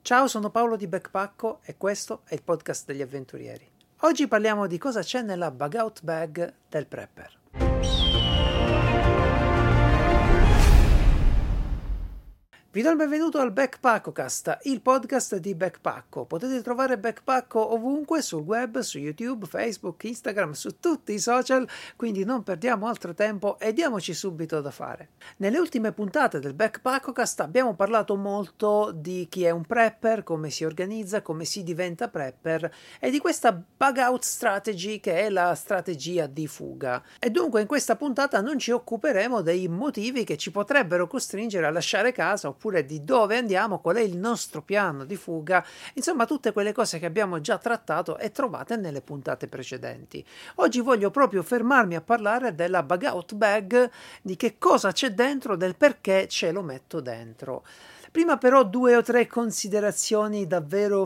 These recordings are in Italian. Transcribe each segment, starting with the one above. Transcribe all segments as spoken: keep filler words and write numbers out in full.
Ciao, sono Paolo di Backpacko e questo è il podcast degli avventurieri. Oggi parliamo di cosa c'è nella bug out bag del prepper. Vi do il benvenuto al Backpackocast, il podcast di Backpacko. Potete trovare Backpacko ovunque, sul web, su YouTube, Facebook, Instagram, su tutti i social, quindi non perdiamo altro tempo e diamoci subito da fare. Nelle ultime puntate del Backpackocast abbiamo parlato molto di chi è un prepper, come si organizza, come si diventa prepper e di questa bug out strategy che è la strategia di fuga. E dunque in questa puntata non ci occuperemo dei motivi che ci potrebbero costringere a lasciare casa oppure di dove andiamo, qual è il nostro piano di fuga, insomma tutte quelle cose che abbiamo già trattato e trovate nelle puntate precedenti. Oggi voglio proprio fermarmi a parlare della bug out bag, di che cosa c'è dentro, del perché ce lo metto dentro. Prima però due o tre considerazioni davvero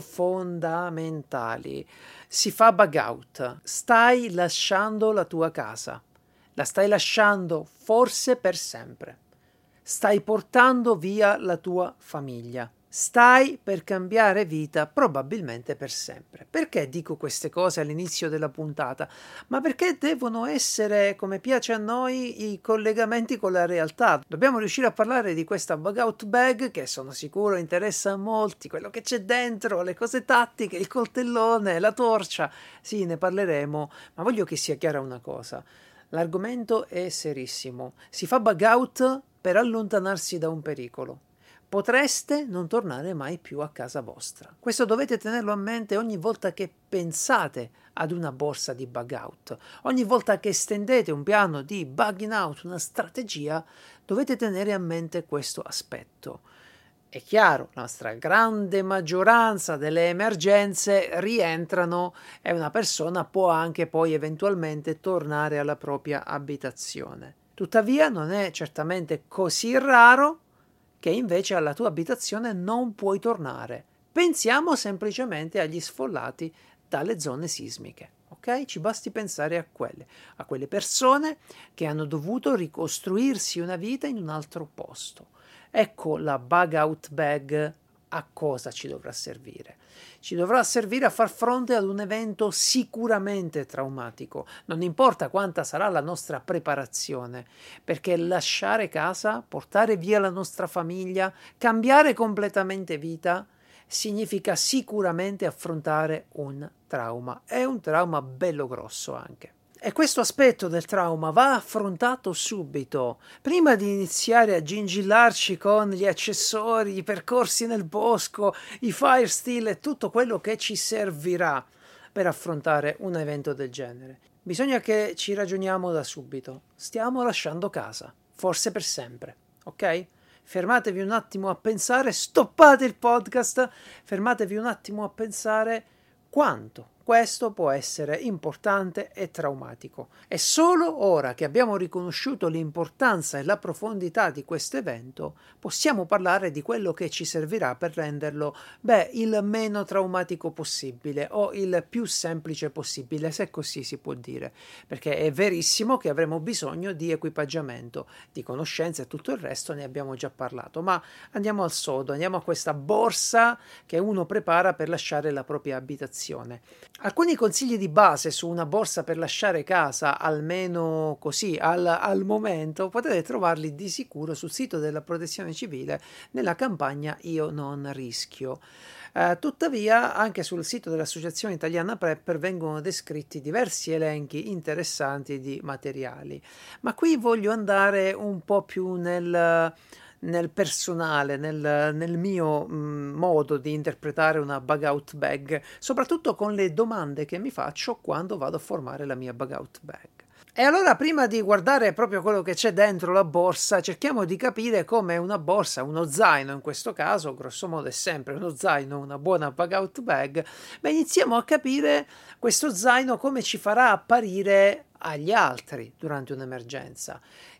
fondamentali. Si fa bug out, stai lasciando la tua casa, la stai lasciando forse per sempre. Stai portando via la tua famiglia. Stai per cambiare vita probabilmente per sempre. Perché dico queste cose all'inizio della puntata? Ma perché devono essere, come piace a noi, i collegamenti con la realtà. Dobbiamo riuscire a parlare di questa bug out bag che sono sicuro interessa a molti, quello che c'è dentro, le cose tattiche, il coltellone, la torcia. Sì, ne parleremo, ma voglio che sia chiara una cosa. L'argomento è serissimo. Si fa bug out per allontanarsi da un pericolo. Potreste non tornare mai più a casa vostra. Questo dovete tenerlo a mente ogni volta che pensate ad una borsa di bug out. Ogni volta che stendete un piano di bugging out, una strategia, dovete tenere a mente questo aspetto. È chiaro, la nostra grande maggioranza delle emergenze rientrano e una persona può anche poi eventualmente tornare alla propria abitazione. Tuttavia non è certamente così raro che invece alla tua abitazione non puoi tornare. Pensiamo semplicemente agli sfollati dalle zone sismiche. Ok? Ci basti pensare a quelle, a quelle persone che hanno dovuto ricostruirsi una vita in un altro posto. Ecco la bug out bag a cosa ci dovrà servire. Ci dovrà servire a far fronte ad un evento sicuramente traumatico. Non importa quanta sarà la nostra preparazione, perché lasciare casa, portare via la nostra famiglia, cambiare completamente vita, significa sicuramente affrontare un trauma. È un trauma bello grosso anche. E questo aspetto del trauma va affrontato subito, prima di iniziare a gingillarci con gli accessori, i percorsi nel bosco, i fire steel e tutto quello che ci servirà per affrontare un evento del genere. Bisogna che ci ragioniamo da subito. Stiamo lasciando casa, forse per sempre, ok? Fermatevi un attimo a pensare, stoppate il podcast, fermatevi un attimo a pensare quanto questo può essere importante e traumatico. E solo ora che abbiamo riconosciuto l'importanza e la profondità di questo evento, possiamo parlare di quello che ci servirà per renderlo, beh, il meno traumatico possibile o il più semplice possibile, se così si può dire. Perché è verissimo che avremo bisogno di equipaggiamento, di conoscenze e tutto il resto ne abbiamo già parlato. Ma andiamo al sodo, andiamo a questa borsa che uno prepara per lasciare la propria abitazione. Alcuni consigli di base su una borsa per lasciare casa, almeno così al, al momento, potete trovarli di sicuro sul sito della Protezione Civile nella campagna Io non rischio. Uh, tuttavia, anche sul sito dell'Associazione Italiana Prepper vengono descritti diversi elenchi interessanti di materiali. Ma qui voglio andare un po' più nel... nel personale, nel, nel mio mh, modo di interpretare una bug out bag, soprattutto con le domande che mi faccio quando vado a formare la mia bug out bag. E allora, prima di guardare proprio quello che c'è dentro la borsa, cerchiamo di capire come una borsa, uno zaino in questo caso, grosso modo è sempre uno zaino, una buona bug out bag, ma iniziamo a capire questo zaino come ci farà apparire agli altri durante un'emergenza.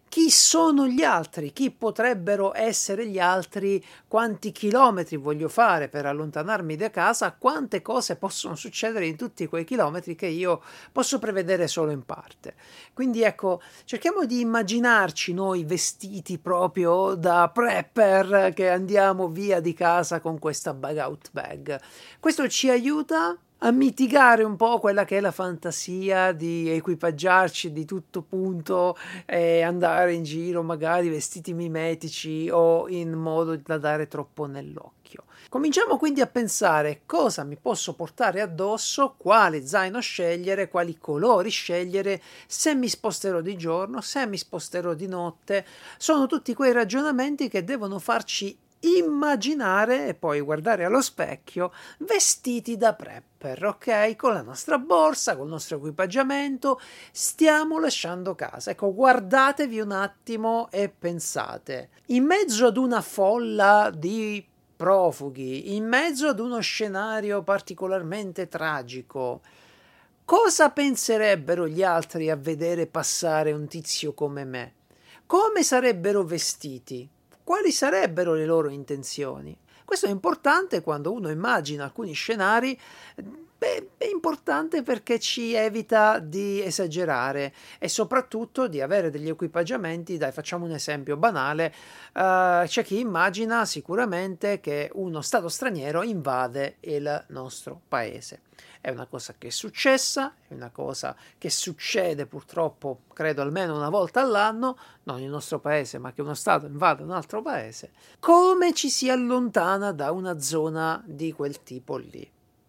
Chi sono gli altri? Chi potrebbero essere gli altri? Quanti chilometri voglio fare per allontanarmi da casa? Quante cose possono succedere in tutti quei chilometri che io posso prevedere solo in parte? Quindi ecco, cerchiamo di immaginarci noi vestiti proprio da prepper che andiamo via di casa con questa bug out bag. Questo ci aiuta a mitigare un po' quella che è la fantasia di equipaggiarci di tutto punto e andare in giro magari vestiti mimetici o in modo da dare troppo nell'occhio. Cominciamo quindi a pensare cosa mi posso portare addosso, quale zaino scegliere, quali colori scegliere, se mi sposterò di giorno, se mi sposterò di notte. Sono tutti quei ragionamenti che devono farci immaginare e poi guardare allo specchio vestiti da prepper, ok? Con la nostra borsa, con il nostro equipaggiamento, stiamo lasciando casa. Ecco, guardatevi un attimo e pensate, in mezzo ad una folla di profughi, in mezzo ad uno scenario particolarmente tragico, cosa penserebbero gli altri a vedere passare un tizio come me? Come sarebbero vestiti? Quali sarebbero le loro intenzioni? Questo è importante quando uno immagina alcuni scenari. Beh, è importante perché ci evita di esagerare e soprattutto di avere degli equipaggiamenti. Dai, facciamo un esempio banale. Uh, c'è chi immagina sicuramente che uno stato straniero invade il nostro paese. È una cosa che è successa, è una cosa che succede purtroppo, credo almeno una volta all'anno, non il nostro paese, ma che uno Stato invada un altro paese. Come ci si allontana da una zona di quel tipo lì?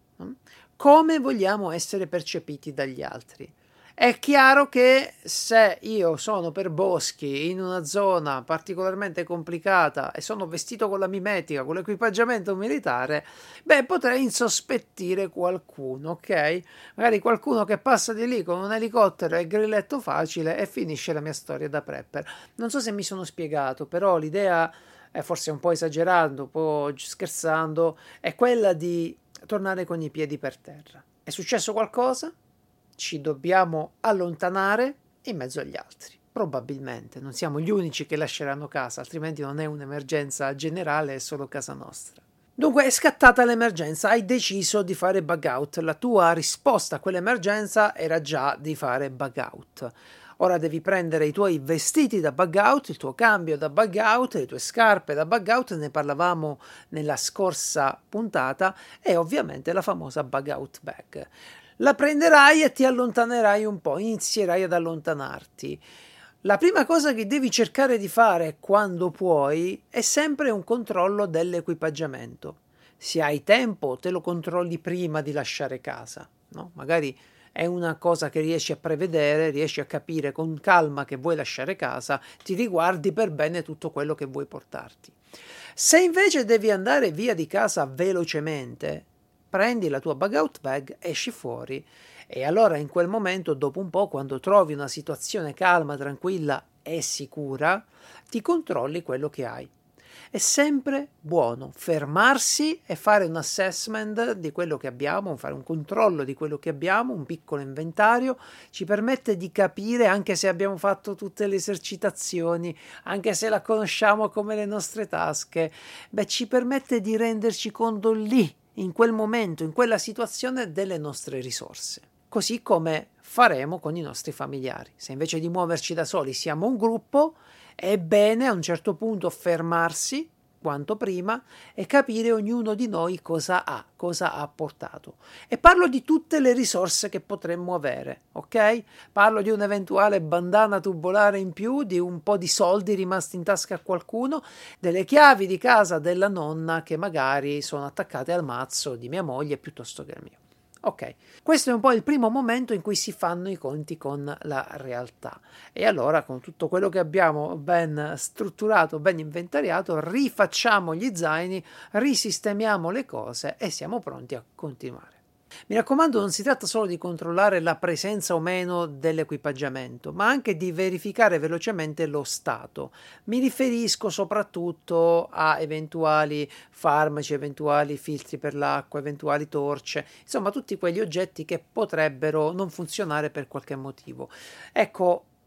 Come vogliamo essere percepiti dagli altri? È chiaro che se io sono per boschi in una zona particolarmente complicata e sono vestito con la mimetica, con l'equipaggiamento militare, beh, potrei insospettire qualcuno, ok? Magari qualcuno che passa di lì con un elicottero e grilletto facile e finisce la mia storia da prepper. Non so se mi sono spiegato, però l'idea, è forse un po' esagerando, un po' scherzando, è quella di tornare con i piedi per terra. È successo qualcosa? Ci dobbiamo allontanare in mezzo agli altri. Probabilmente non siamo gli unici che lasceranno casa, altrimenti non è un'emergenza generale, è solo casa nostra. Dunque è scattata l'emergenza, hai deciso di fare bug out. La tua risposta a quell'emergenza era già di fare bug out. Ora devi prendere i tuoi vestiti da bug out, il tuo cambio da bug out, le tue scarpe da bug out, ne parlavamo nella scorsa puntata, e ovviamente la famosa bug out bag. La prenderai e ti allontanerai un po', inizierai ad allontanarti. La prima cosa che devi cercare di fare quando puoi è sempre un controllo dell'equipaggiamento. Se hai tempo, te lo controlli prima di lasciare casa, no? Magari è una cosa che riesci a prevedere, riesci a capire con calma che vuoi lasciare casa, ti riguardi per bene tutto quello che vuoi portarti. Se invece devi andare via di casa velocemente, prendi la tua bug out bag, esci fuori e allora in quel momento, dopo un po', quando trovi una situazione calma, tranquilla e sicura, ti controlli quello che hai. È sempre buono fermarsi e fare un assessment di quello che abbiamo, fare un controllo di quello che abbiamo, un piccolo inventario, ci permette di capire, anche se abbiamo fatto tutte le esercitazioni, anche se la conosciamo come le nostre tasche, beh, ci permette di renderci conto lì, in quel momento, in quella situazione, delle nostre risorse. Così come faremo con i nostri familiari. Se invece di muoverci da soli siamo un gruppo, è bene a un certo punto fermarsi quanto prima e capire ognuno di noi cosa ha, cosa ha portato. E parlo di tutte le risorse che potremmo avere, ok? Parlo di un'eventuale bandana tubolare in più, di un po' di soldi rimasti in tasca a qualcuno, delle chiavi di casa della nonna che magari sono attaccate al mazzo di mia moglie piuttosto che al mio. Ok, questo è un po' il primo momento in cui si fanno i conti con la realtà e allora con tutto quello che abbiamo ben strutturato, ben inventariato, rifacciamo gli zaini, risistemiamo le cose e siamo pronti a continuare. Mi raccomando, non si tratta solo di controllare la presenza o meno dell'equipaggiamento, ma anche di verificare velocemente lo stato. Mi riferisco soprattutto a eventuali farmaci, eventuali filtri per l'acqua, eventuali torce, insomma tutti quegli oggetti che potrebbero non funzionare per qualche motivo. Ecco,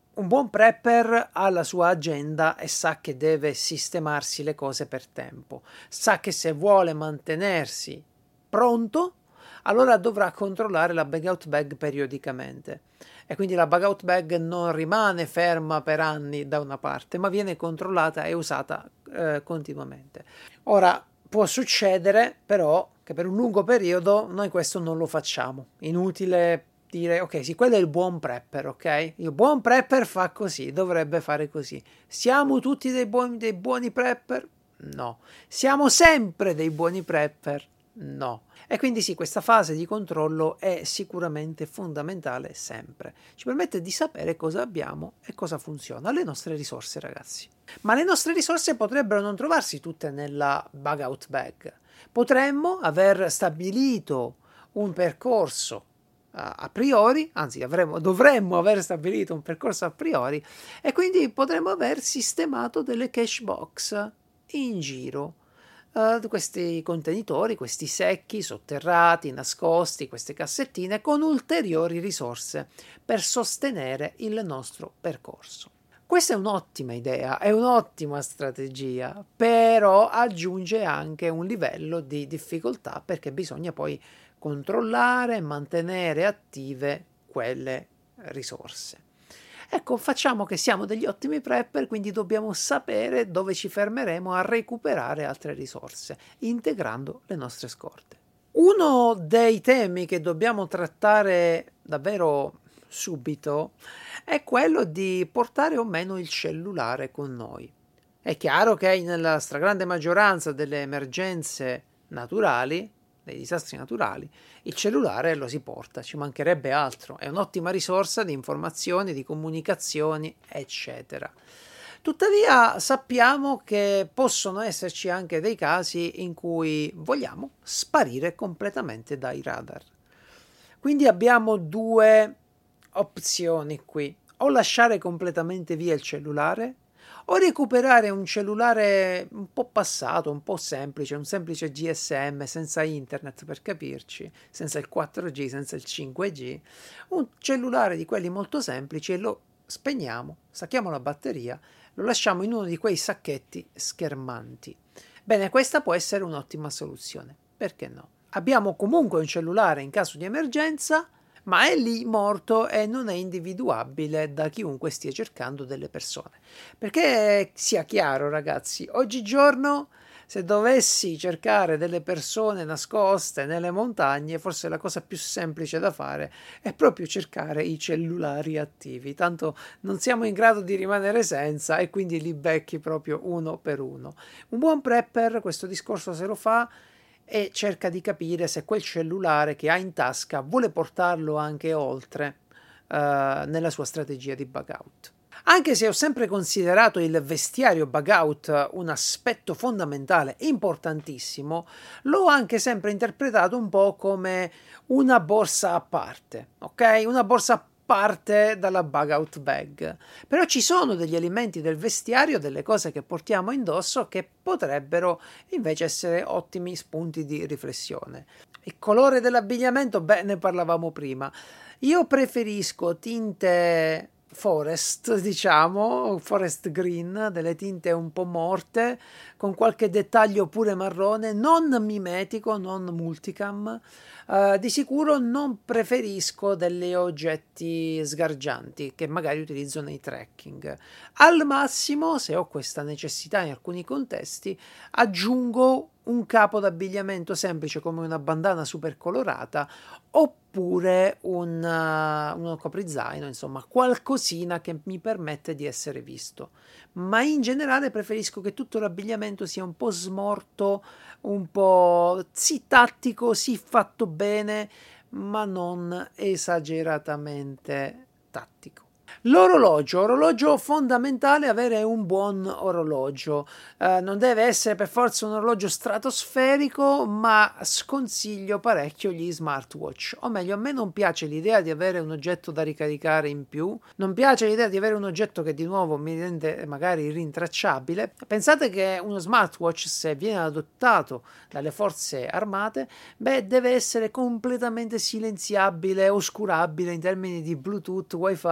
un buon prepper ha la sua agenda e sa che deve sistemarsi le cose per tempo. Sa che se vuole mantenersi pronto, allora dovrà controllare la bag-out bag periodicamente. E quindi la bag-out bag non rimane ferma per anni da una parte, ma viene controllata e usata eh, continuamente. Ora, può succedere però che per un lungo periodo noi questo non lo facciamo. Inutile dire, ok, sì, quello è il buon prepper, ok? Il buon prepper fa così, dovrebbe fare così. Siamo tutti dei buoni, dei buoni prepper? No. Siamo sempre dei buoni prepper? No. E quindi sì, questa fase di controllo è sicuramente fondamentale sempre. Ci permette di sapere cosa abbiamo e cosa funziona, le nostre risorse, ragazzi. Ma le nostre risorse potrebbero non trovarsi tutte nella bug out bag. Potremmo aver stabilito un percorso a priori, anzi avremmo, dovremmo aver stabilito un percorso a priori e quindi potremmo aver sistemato delle cache box in giro. Uh, questi contenitori, questi secchi sotterrati, nascosti, queste cassettine con ulteriori risorse per sostenere il nostro percorso. Questa è un'ottima idea, è un'ottima strategia, però aggiunge anche un livello di difficoltà perché bisogna poi controllare e mantenere attive quelle risorse. Ecco, facciamo che siamo degli ottimi prepper, quindi dobbiamo sapere dove ci fermeremo a recuperare altre risorse, integrando le nostre scorte. Uno dei temi che dobbiamo trattare davvero subito è quello di portare o meno il cellulare con noi. È chiaro che nella stragrande maggioranza delle emergenze naturali, dei disastri naturali, il cellulare lo si porta, ci mancherebbe altro, è un'ottima risorsa di informazioni, di comunicazioni, eccetera. Tuttavia sappiamo che possono esserci anche dei casi in cui vogliamo sparire completamente dai radar. Quindi abbiamo due opzioni qui: o lasciare completamente via il cellulare o recuperare un cellulare un po' passato, un po' semplice, un semplice G S M senza internet, per capirci, senza il quattro G, senza il cinque G, un cellulare di quelli molto semplici e lo spegniamo, stacchiamo la batteria, lo lasciamo in uno di quei sacchetti schermanti. Bene, questa può essere un'ottima soluzione, perché no? Abbiamo comunque un cellulare in caso di emergenza, ma è lì morto e non è individuabile da chiunque stia cercando delle persone. Perché sia chiaro, ragazzi, oggigiorno se dovessi cercare delle persone nascoste nelle montagne, forse la cosa più semplice da fare è proprio cercare i cellulari attivi, tanto non siamo in grado di rimanere senza e quindi li becchi proprio uno per uno. Un buon prepper questo discorso se lo fa e cerca di capire se quel cellulare che ha in tasca vuole portarlo anche oltre uh, nella sua strategia di bug out. Anche se ho sempre considerato il vestiario bug out un aspetto fondamentale, importantissimo, l'ho anche sempre interpretato un po' come una borsa a parte, ok? Una borsa a parte dalla bug out bag. Però ci sono degli elementi del vestiario, delle cose che portiamo indosso che potrebbero invece essere ottimi spunti di riflessione. Il colore dell'abbigliamento, beh, ne parlavamo prima. Io preferisco tinte forest, diciamo, forest green, delle tinte un po' morte, con qualche dettaglio pure marrone, non mimetico, non multicam. Uh, di sicuro non preferisco degli oggetti sgargianti che magari utilizzo nei trekking. Al massimo, se ho questa necessità in alcuni contesti, aggiungo un capo d'abbigliamento semplice come una bandana super colorata oppure un, uh, uno coprizaino, insomma qualcosina che mi permette di essere visto. Ma in generale preferisco che tutto l'abbigliamento sia un po' smorto, un po' sì tattico, sì fatto bene, ma non esageratamente tattico. L'orologio, orologio fondamentale avere un buon orologio, eh, non deve essere per forza un orologio stratosferico, ma sconsiglio parecchio gli smartwatch, o meglio a me non piace l'idea di avere un oggetto da ricaricare in più, non piace l'idea di avere un oggetto che di nuovo mi rende magari rintracciabile. Pensate che uno smartwatch, se viene adottato dalle forze armate, beh, deve essere completamente silenziabile, oscurabile in termini di Bluetooth, Wi-Fi, G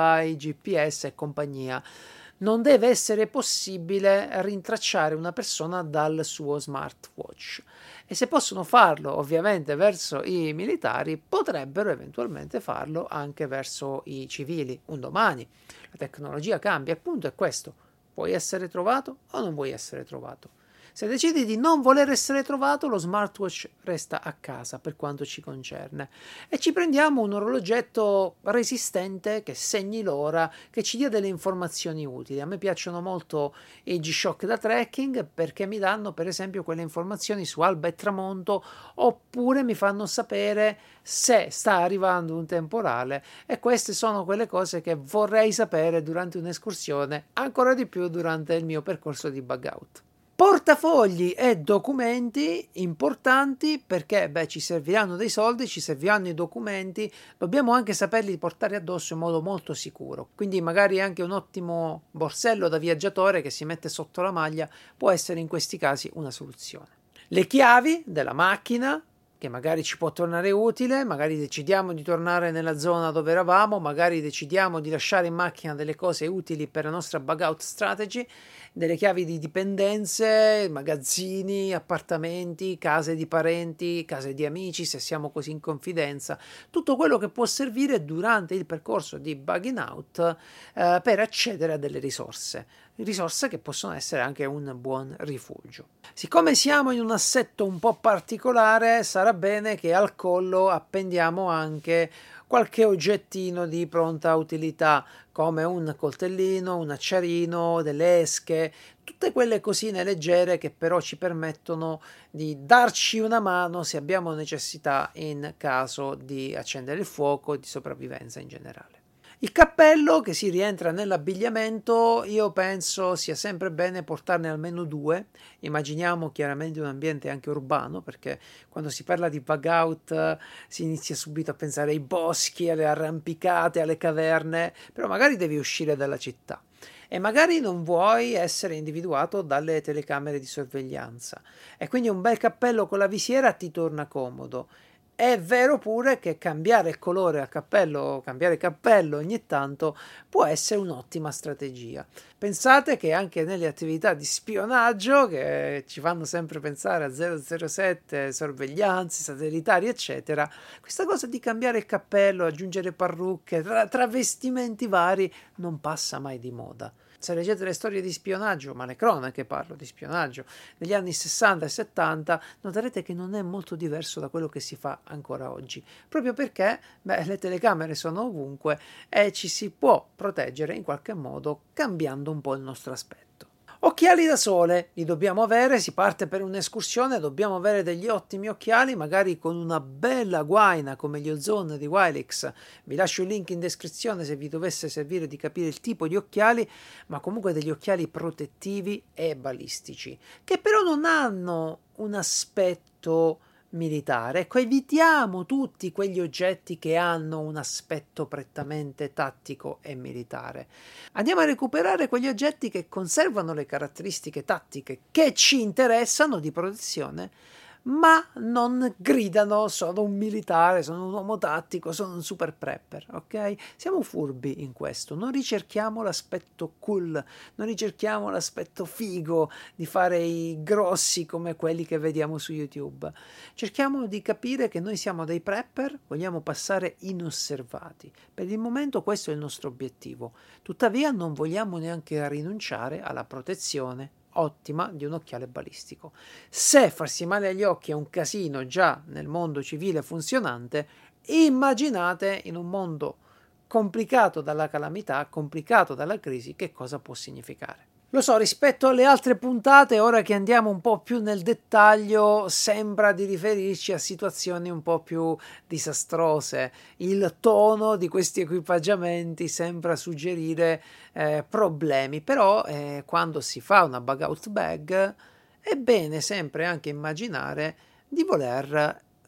G P S e compagnia. Non deve essere possibile rintracciare una persona dal suo smartwatch. E se possono farlo ovviamente verso i militari, potrebbero eventualmente farlo anche verso i civili un domani. La tecnologia cambia, il punto è questo: vuoi essere trovato o non vuoi essere trovato? Se decidi di non voler essere trovato, lo smartwatch resta a casa per quanto ci concerne e ci prendiamo un orologetto resistente che segni l'ora, che ci dia delle informazioni utili. A me piacciono molto i G-Shock da trekking perché mi danno per esempio quelle informazioni su alba e tramonto, oppure mi fanno sapere se sta arrivando un temporale, e queste sono quelle cose che vorrei sapere durante un'escursione, ancora di più durante il mio percorso di bug out. Portafogli e documenti importanti perché beh, ci serviranno dei soldi, ci serviranno i documenti, dobbiamo anche saperli portare addosso in modo molto sicuro, quindi magari anche un ottimo borsello da viaggiatore che si mette sotto la maglia può essere in questi casi una soluzione. Le chiavi della macchina, che magari ci può tornare utile, magari decidiamo di tornare nella zona dove eravamo, magari decidiamo di lasciare in macchina delle cose utili per la nostra bug out strategy, delle chiavi di dipendenze, magazzini, appartamenti, case di parenti, case di amici, se siamo così in confidenza, tutto quello che può servire durante il percorso di bugging out eh, per accedere a delle risorse. Risorse che possono essere anche un buon rifugio. Siccome siamo in un assetto un po' particolare, sarà bene che al collo appendiamo anche qualche oggettino di pronta utilità, come un coltellino, un acciarino, delle esche, tutte quelle cosine leggere che però ci permettono di darci una mano se abbiamo necessità in caso di accendere il fuoco, di sopravvivenza in generale. Il cappello, che si rientra nell'abbigliamento, io penso sia sempre bene portarne almeno due. Immaginiamo chiaramente un ambiente anche urbano, perché quando si parla di bug out eh, si inizia subito a pensare ai boschi, alle arrampicate, alle caverne, però magari devi uscire dalla città e magari non vuoi essere individuato dalle telecamere di sorveglianza e quindi un bel cappello con la visiera ti torna comodo. È vero pure che cambiare il colore al cappello, cambiare cappello ogni tanto può essere un'ottima strategia. Pensate che anche nelle attività di spionaggio, che ci fanno sempre pensare a zero zero sette, sorveglianze satellitari, eccetera, questa cosa di cambiare il cappello, aggiungere parrucche, tra- travestimenti vari, non passa mai di moda. Se leggete le storie di spionaggio, ma le cronache parlo di spionaggio, negli anni sessanta e settanta, noterete che non è molto diverso da quello che si fa ancora oggi, proprio perché beh, le telecamere sono ovunque e ci si può proteggere in qualche modo cambiando un po' il nostro aspetto. Occhiali da sole, li dobbiamo avere, si parte per un'escursione, dobbiamo avere degli ottimi occhiali, magari con una bella guaina come gli Ozone di Wilex. Vi lascio il link in descrizione se vi dovesse servire di capire il tipo di occhiali, ma comunque degli occhiali protettivi e balistici, che però non hanno un aspetto militare. Ecco, evitiamo tutti quegli oggetti che hanno un aspetto prettamente tattico e militare. Andiamo a recuperare quegli oggetti che conservano le caratteristiche tattiche che ci interessano di protezione, ma non gridano sono un militare, sono un uomo tattico, sono un super prepper, ok? Siamo furbi in questo, non ricerchiamo l'aspetto cool, non ricerchiamo l'aspetto figo di fare i grossi come quelli che vediamo su YouTube. Cerchiamo di capire che noi siamo dei prepper, vogliamo passare inosservati. Per il momento questo è il nostro obiettivo, tuttavia non vogliamo neanche rinunciare alla protezione ottima di un occhiale balistico. Se farsi male agli occhi è un casino già nel mondo civile funzionante, immaginate in un mondo complicato dalla calamità, complicato dalla crisi, che cosa può significare. Lo so, rispetto alle altre puntate, ora che andiamo un po' più nel dettaglio, sembra di riferirci a situazioni un po' più disastrose. Il tono di questi equipaggiamenti sembra suggerire eh, problemi, però eh, quando si fa una bug out bag è bene sempre anche immaginare di voler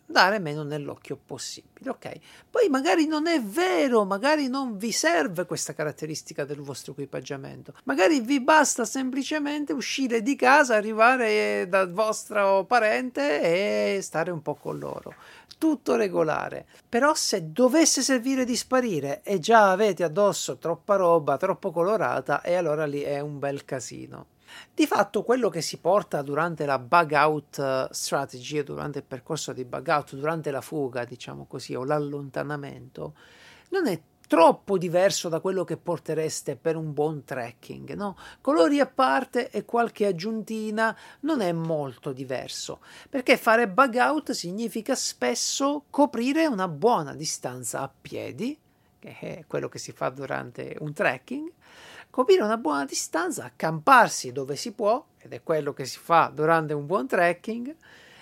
dare meno nell'occhio possibile, ok? Poi magari non è vero, magari non vi serve questa caratteristica del vostro equipaggiamento, magari vi basta semplicemente uscire di casa, arrivare dal vostro parente e stare un po' con loro. Tutto regolare. Però se dovesse servire di sparire e già avete addosso troppa roba, troppo colorata, e allora lì è un bel casino. Di fatto quello che si porta durante la bug out strategy, durante il percorso di bug out, durante la fuga, diciamo così, o l'allontanamento, non è troppo diverso da quello che portereste per un buon trekking, no? Colori a parte e qualche aggiuntina non è molto diverso, perché fare bug out significa spesso coprire una buona distanza a piedi, che è quello che si fa durante un trekking, coprire una buona distanza, accamparsi dove si può, ed è quello che si fa durante un buon trekking,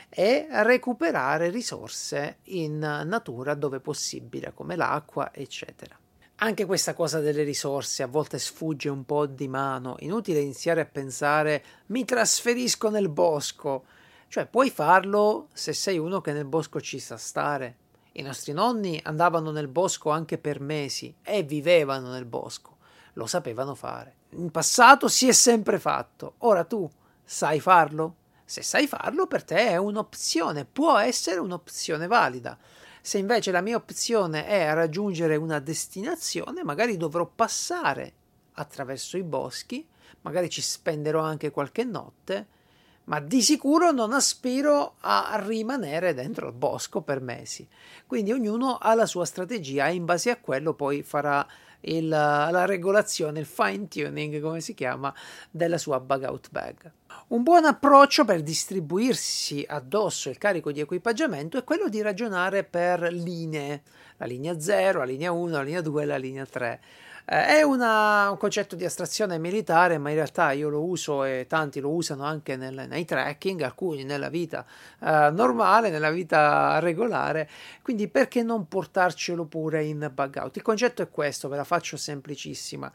e recuperare risorse in natura dove possibile, come l'acqua, eccetera. Anche questa cosa delle risorse a volte sfugge un po' di mano. Inutile iniziare a pensare mi trasferisco nel bosco. Cioè puoi farlo se sei uno che nel bosco ci sa stare. I nostri nonni andavano nel bosco anche per mesi e vivevano nel bosco. Lo sapevano fare. In passato si è sempre fatto. Ora tu sai farlo? Se sai farlo, per te è un'opzione, può essere un'opzione valida. Se invece la mia opzione è raggiungere una destinazione, magari dovrò passare attraverso i boschi, magari ci spenderò anche qualche notte, ma di sicuro non aspiro a rimanere dentro il bosco per mesi. Quindi ognuno ha la sua strategia e in base a quello poi farà il, la regolazione, il fine tuning, come si chiama, della sua bug out bag. Un buon approccio per distribuirsi addosso il carico di equipaggiamento è quello di ragionare per linee, la linea zero, la linea uno, la linea due e la linea tre. Eh, è una, un concetto di astrazione militare, ma in realtà io lo uso e tanti lo usano anche nel, nei trekking, alcuni nella vita eh, normale, nella vita regolare, quindi perché non portarcelo pure in bug out? Il concetto è questo, ve la faccio semplicissima.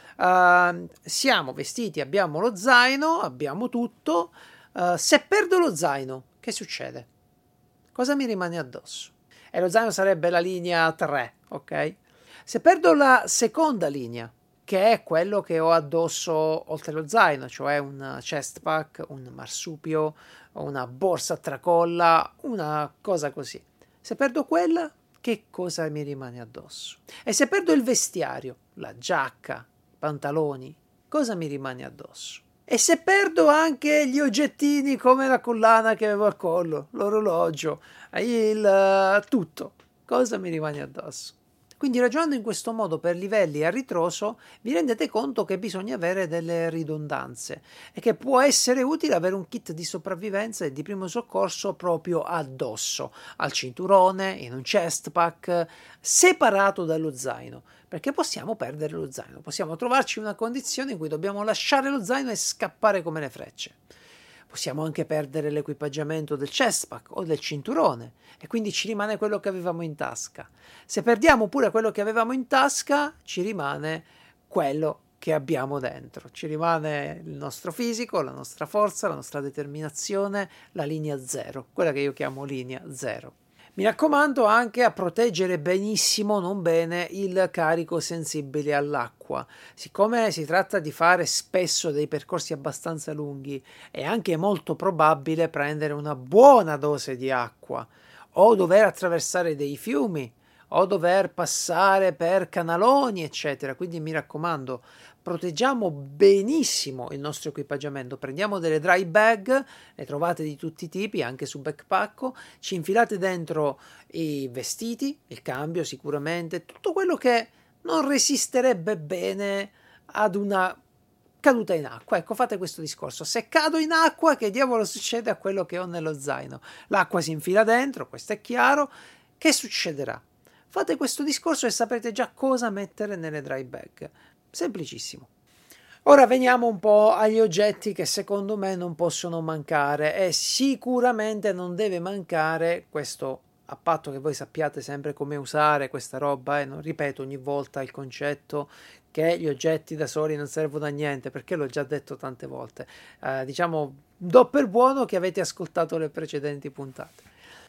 Uh, siamo vestiti, abbiamo lo zaino, abbiamo tutto. Uh, se perdo lo zaino, che succede? Cosa mi rimane addosso? E lo zaino sarebbe la linea tre, ok? Se perdo la seconda linea, che è quello che ho addosso oltre lo zaino, cioè un chest pack, un marsupio, una borsa a tracolla, una cosa così. Se perdo quella, che cosa mi rimane addosso? E se perdo il vestiario, la giacca, pantaloni, cosa mi rimane addosso? E se perdo anche gli oggettini come la collana che avevo al collo, l'orologio, il uh, tutto, cosa mi rimane addosso? Quindi ragionando in questo modo per livelli a ritroso vi rendete conto che bisogna avere delle ridondanze e che può essere utile avere un kit di sopravvivenza e di primo soccorso proprio addosso, al cinturone, in un chest pack, separato dallo zaino, perché possiamo perdere lo zaino, possiamo trovarci in una condizione in cui dobbiamo lasciare lo zaino e scappare come le frecce. Possiamo anche perdere l'equipaggiamento del chest pack o del cinturone e quindi ci rimane quello che avevamo in tasca. Se perdiamo pure quello che avevamo in tasca, ci rimane quello che abbiamo dentro. Ci rimane il nostro fisico, la nostra forza, la nostra determinazione, la linea zero, quella che io chiamo linea zero. Mi raccomando anche a proteggere benissimo, non bene, il carico sensibile all'acqua. Siccome si tratta di fare spesso dei percorsi abbastanza lunghi, è anche molto probabile prendere una buona dose di acqua, o dover attraversare dei fiumi, o dover passare per canaloni, eccetera. Quindi mi raccomando, proteggiamo benissimo il nostro equipaggiamento, prendiamo delle dry bag, ne trovate di tutti i tipi, anche su Backpacko, ci infilate dentro i vestiti, il cambio sicuramente, tutto quello che non resisterebbe bene ad una caduta in acqua. Ecco, fate questo discorso: se cado in acqua, che diavolo succede a quello che ho nello zaino? L'acqua si infila dentro, questo è chiaro, che succederà? Fate questo discorso e saprete già cosa mettere nelle dry bag. Semplicissimo. Ora veniamo un po' agli oggetti che secondo me non possono mancare e sicuramente non deve mancare, questo a patto che voi sappiate sempre come usare questa roba, e non ripeto ogni volta il concetto che gli oggetti da soli non servono a niente, perché l'ho già detto tante volte. Eh, diciamo, do per buono che avete ascoltato le precedenti puntate.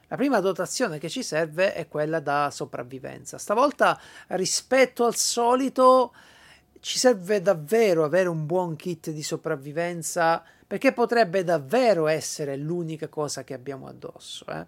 La prima dotazione che ci serve è quella da sopravvivenza. Stavolta, rispetto al solito, ci serve davvero avere un buon kit di sopravvivenza, perché potrebbe davvero essere l'unica cosa che abbiamo addosso. Eh?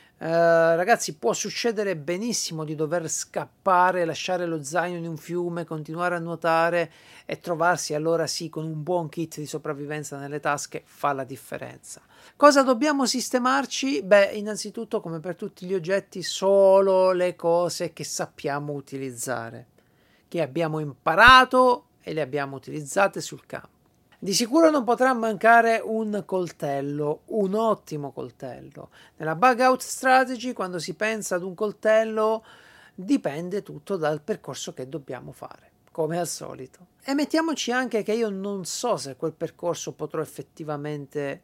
Uh, ragazzi, può succedere benissimo di dover scappare, lasciare lo zaino in un fiume, continuare a nuotare e trovarsi allora sì con un buon kit di sopravvivenza nelle tasche fa la differenza. Cosa dobbiamo sistemarci? Beh, innanzitutto, come per tutti gli oggetti, solo le cose che sappiamo utilizzare, che abbiamo imparato e le abbiamo utilizzate sul campo. Di sicuro non potrà mancare un coltello, un ottimo coltello. Nella bug out strategy, quando si pensa ad un coltello, dipende tutto dal percorso che dobbiamo fare, come al solito. E mettiamoci anche che io non so se quel percorso potrò effettivamente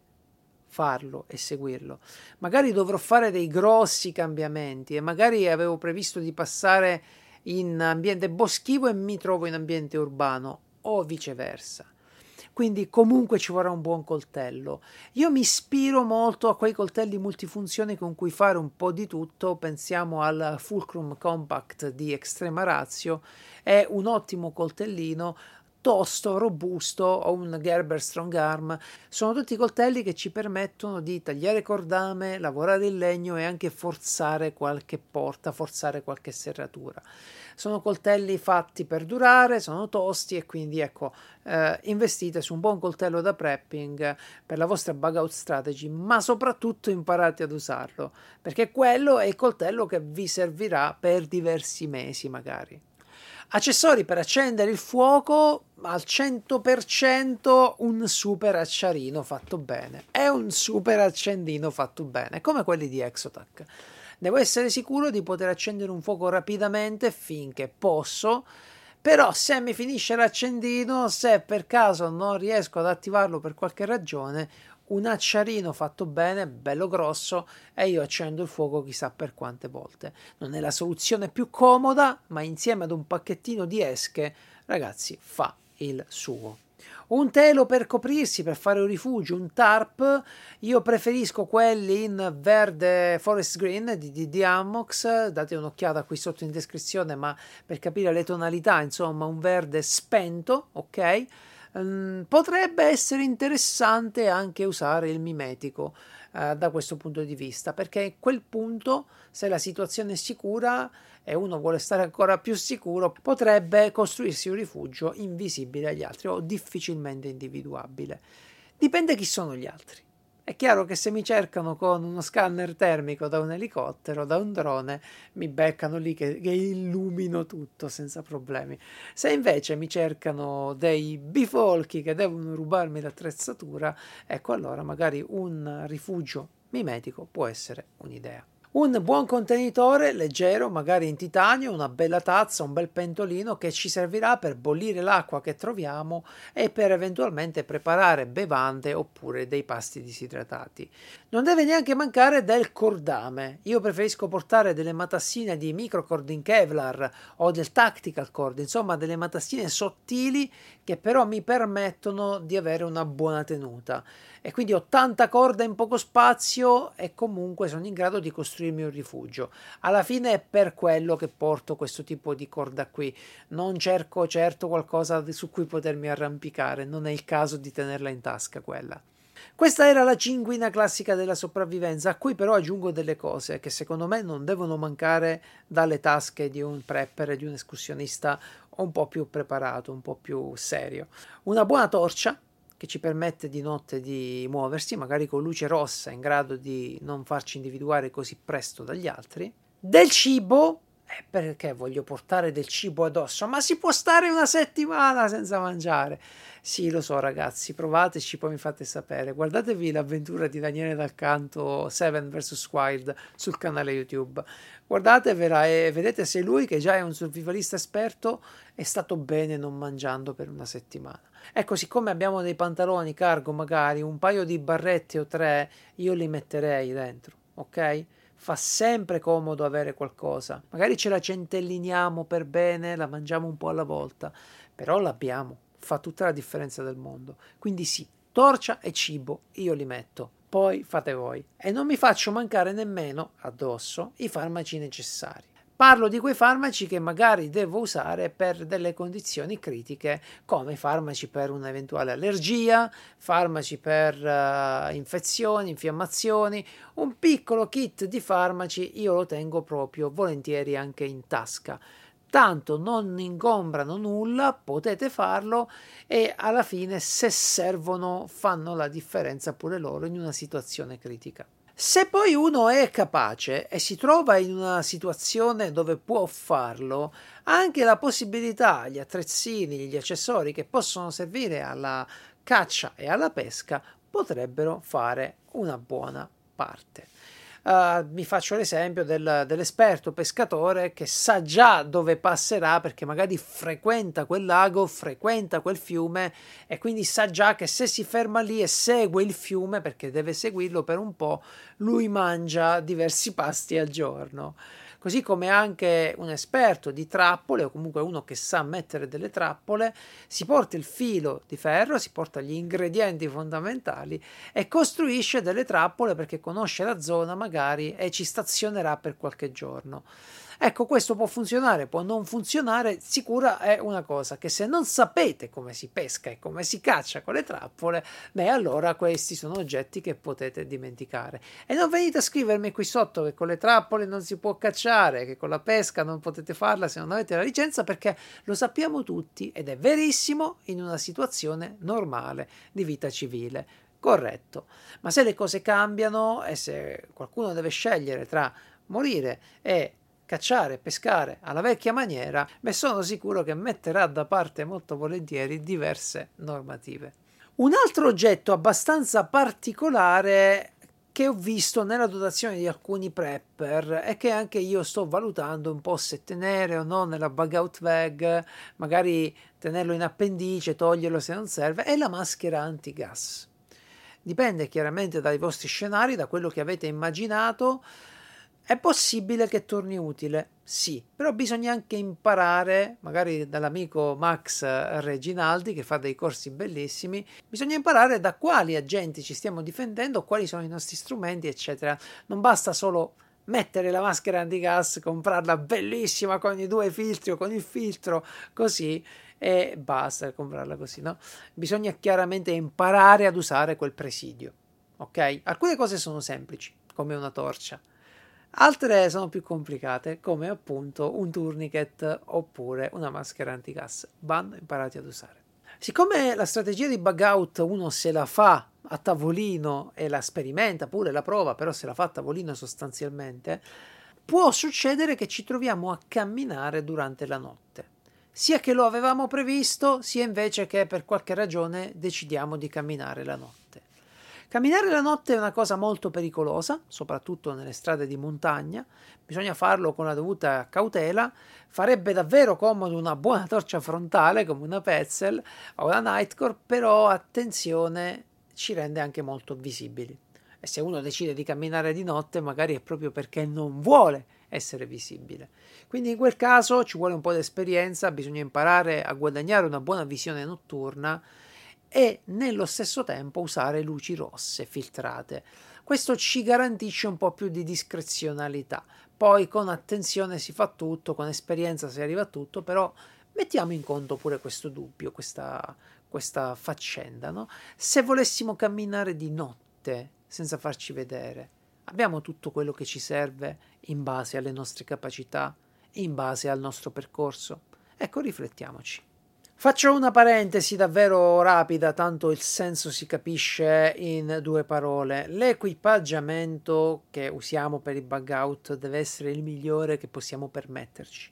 farlo e seguirlo. Magari dovrò fare dei grossi cambiamenti e magari avevo previsto di passare in ambiente boschivo e mi trovo in ambiente urbano o viceversa. Quindi comunque ci vorrà un buon coltello. Io mi ispiro molto a quei coltelli multifunzioni con cui fare un po' di tutto. Pensiamo al Fulcrum Compact di Extrema Ratio, è un ottimo coltellino, tosto, robusto, o un Gerber Strong Arm. Sono tutti coltelli che ci permettono di tagliare cordame, lavorare il legno e anche forzare qualche porta, forzare qualche serratura. Sono coltelli fatti per durare, sono tosti e quindi ecco, eh, investite su un buon coltello da prepping per la vostra bug out strategy, ma soprattutto imparate ad usarlo, perché quello è il coltello che vi servirà per diversi mesi magari. Accessori per accendere il fuoco, al cento per cento un super acciarino fatto bene. È un super accendino fatto bene, come quelli di Exotac. Devo essere sicuro di poter accendere un fuoco rapidamente finché posso, però se mi finisce l'accendino, se per caso non riesco ad attivarlo per qualche ragione, un acciarino fatto bene, bello grosso, e io accendo il fuoco chissà per quante volte. Non è la soluzione più comoda, ma insieme ad un pacchettino di esche, ragazzi, fa il suo. Un telo per coprirsi, per fare un rifugio, un tarp. Io preferisco quelli in verde forest green di, di, di Amox, date un'occhiata qui sotto in descrizione, ma per capire le tonalità, insomma, un verde spento, ok? Um, potrebbe essere interessante anche usare il mimetico uh, da questo punto di vista, perché a quel punto, se la situazione è sicura e uno vuole stare ancora più sicuro, potrebbe costruirsi un rifugio invisibile agli altri o difficilmente individuabile. Dipende chi sono gli altri. È chiaro che se mi cercano con uno scanner termico da un elicottero, da un drone, mi beccano lì che, che illumino tutto senza problemi. Se invece mi cercano dei bifolchi che devono rubarmi l'attrezzatura, ecco allora magari un rifugio mimetico può essere un'idea. Un buon contenitore leggero, magari in titanio, una bella tazza, un bel pentolino che ci servirà per bollire l'acqua che troviamo e per eventualmente preparare bevande oppure dei pasti disidratati. Non deve neanche mancare del cordame. Io preferisco portare delle matassine di microcord in Kevlar o del tactical cord, insomma delle matassine sottili che però mi permettono di avere una buona tenuta. E quindi ho tanta corda in poco spazio e comunque sono in grado di costruirmi un rifugio. Alla fine è per quello che porto questo tipo di corda qui. Non cerco certo qualcosa su cui potermi arrampicare, non è il caso di tenerla in tasca quella. Questa era la cinguina classica della sopravvivenza, a cui però aggiungo delle cose che secondo me non devono mancare dalle tasche di un prepper e di un escursionista un po' più preparato, un po' più serio. Una buona torcia che ci permette di notte di muoversi, magari con luce rossa, in grado di non farci individuare così presto dagli altri. Del cibo, eh, perché voglio portare del cibo addosso? Ma si può stare una settimana senza mangiare? Sì, lo so ragazzi, provateci, poi mi fate sapere. Guardatevi l'avventura di Daniele Dal Canto Seven versus Wild sul canale YouTube. Guardatevela e vedete se lui, che già è un survivalista esperto, è stato bene non mangiando per una settimana. Ecco, siccome abbiamo dei pantaloni cargo, magari un paio di barrette o tre, io li metterei dentro, ok? Fa sempre comodo avere qualcosa. Magari ce la centelliniamo per bene, la mangiamo un po' alla volta, però l'abbiamo. Fa tutta la differenza del mondo. Quindi sì, torcia e cibo io li metto. poi fate voi. E non mi faccio mancare nemmeno addosso i farmaci necessari. Parlo di quei farmaci che magari devo usare per delle condizioni critiche, come farmaci per un'eventuale allergia, farmaci per uh, infezioni, infiammazioni. Un piccolo kit di farmaci io lo tengo proprio volentieri anche in tasca. Tanto non ingombrano nulla, potete farlo e alla fine, se servono, fanno la differenza pure loro in una situazione critica. Se poi uno è capace e si trova in una situazione dove può farlo, ha anche la possibilità, gli attrezzini, gli accessori che possono servire alla caccia e alla pesca potrebbero fare una buona parte. Uh, mi faccio l'esempio del, dell'esperto pescatore che sa già dove passerà perché magari frequenta quel lago, frequenta quel fiume e quindi sa già che se si ferma lì e segue il fiume, perché deve seguirlo per un po', lui mangia diversi pasti al giorno. Così come anche un esperto di trappole o comunque uno che sa mettere delle trappole si porta il filo di ferro, si porta gli ingredienti fondamentali e costruisce delle trappole perché conosce la zona magari e ci stazionerà per qualche giorno. Ecco, questo può funzionare, può non funzionare, sicura è una cosa, che se non sapete come si pesca e come si caccia con le trappole, beh allora questi sono oggetti che potete dimenticare. E non venite a scrivermi qui sotto che con le trappole non si può cacciare, che con la pesca non potete farla se non avete la licenza, perché lo sappiamo tutti ed è verissimo in una situazione normale di vita civile. Corretto, ma se le cose cambiano e se qualcuno deve scegliere tra morire e cacciare e pescare alla vecchia maniera, beh sono sicuro che metterà da parte molto volentieri diverse normative. Un altro oggetto abbastanza particolare che ho visto nella dotazione di alcuni prepper e che anche io sto valutando un po' se tenere o no nella bug out bag, magari tenerlo in appendice, toglierlo se non serve, è la maschera antigas. Dipende chiaramente dai vostri scenari, da quello che avete immaginato. È possibile che torni utile, sì, però bisogna anche imparare, magari dall'amico Max Reginaldi che fa dei corsi bellissimi, bisogna imparare da quali agenti ci stiamo difendendo, quali sono i nostri strumenti, eccetera. Non basta solo mettere la maschera antigas, comprarla bellissima con i due filtri o con il filtro, così, e basta comprarla così, no? Bisogna chiaramente imparare ad usare quel presidio, ok? Alcune cose sono semplici, come una torcia. Altre sono più complicate, come appunto un tourniquet oppure una maschera antigas. Vanno imparati ad usare. Siccome la strategia di bug out uno se la fa a tavolino e la sperimenta pure, la prova, però se la fa a tavolino sostanzialmente, può succedere che ci troviamo a camminare durante la notte. Sia che lo avevamo previsto, sia invece che per qualche ragione decidiamo di camminare la notte. Camminare la notte è una cosa molto pericolosa, soprattutto nelle strade di montagna, bisogna farlo con la dovuta cautela, farebbe davvero comodo una buona torcia frontale come una Petzl o una Nightcore, però attenzione, ci rende anche molto visibili. E se uno decide di camminare di notte magari è proprio perché non vuole essere visibile. Quindi in quel caso ci vuole un po' di esperienza, bisogna imparare a guadagnare una buona visione notturna e nello stesso tempo usare luci rosse filtrate. Questo ci garantisce un po' più di discrezionalità. Poi con attenzione si fa tutto, con esperienza si arriva a tutto, però mettiamo in conto pure questo dubbio, questa, questa faccenda, no? Se volessimo camminare di notte senza farci vedere, abbiamo tutto quello che ci serve in base alle nostre capacità, in base al nostro percorso? Ecco, riflettiamoci. Faccio una parentesi davvero rapida, tanto il senso si capisce in due parole. L'equipaggiamento che usiamo per i bug out deve essere il migliore che possiamo permetterci.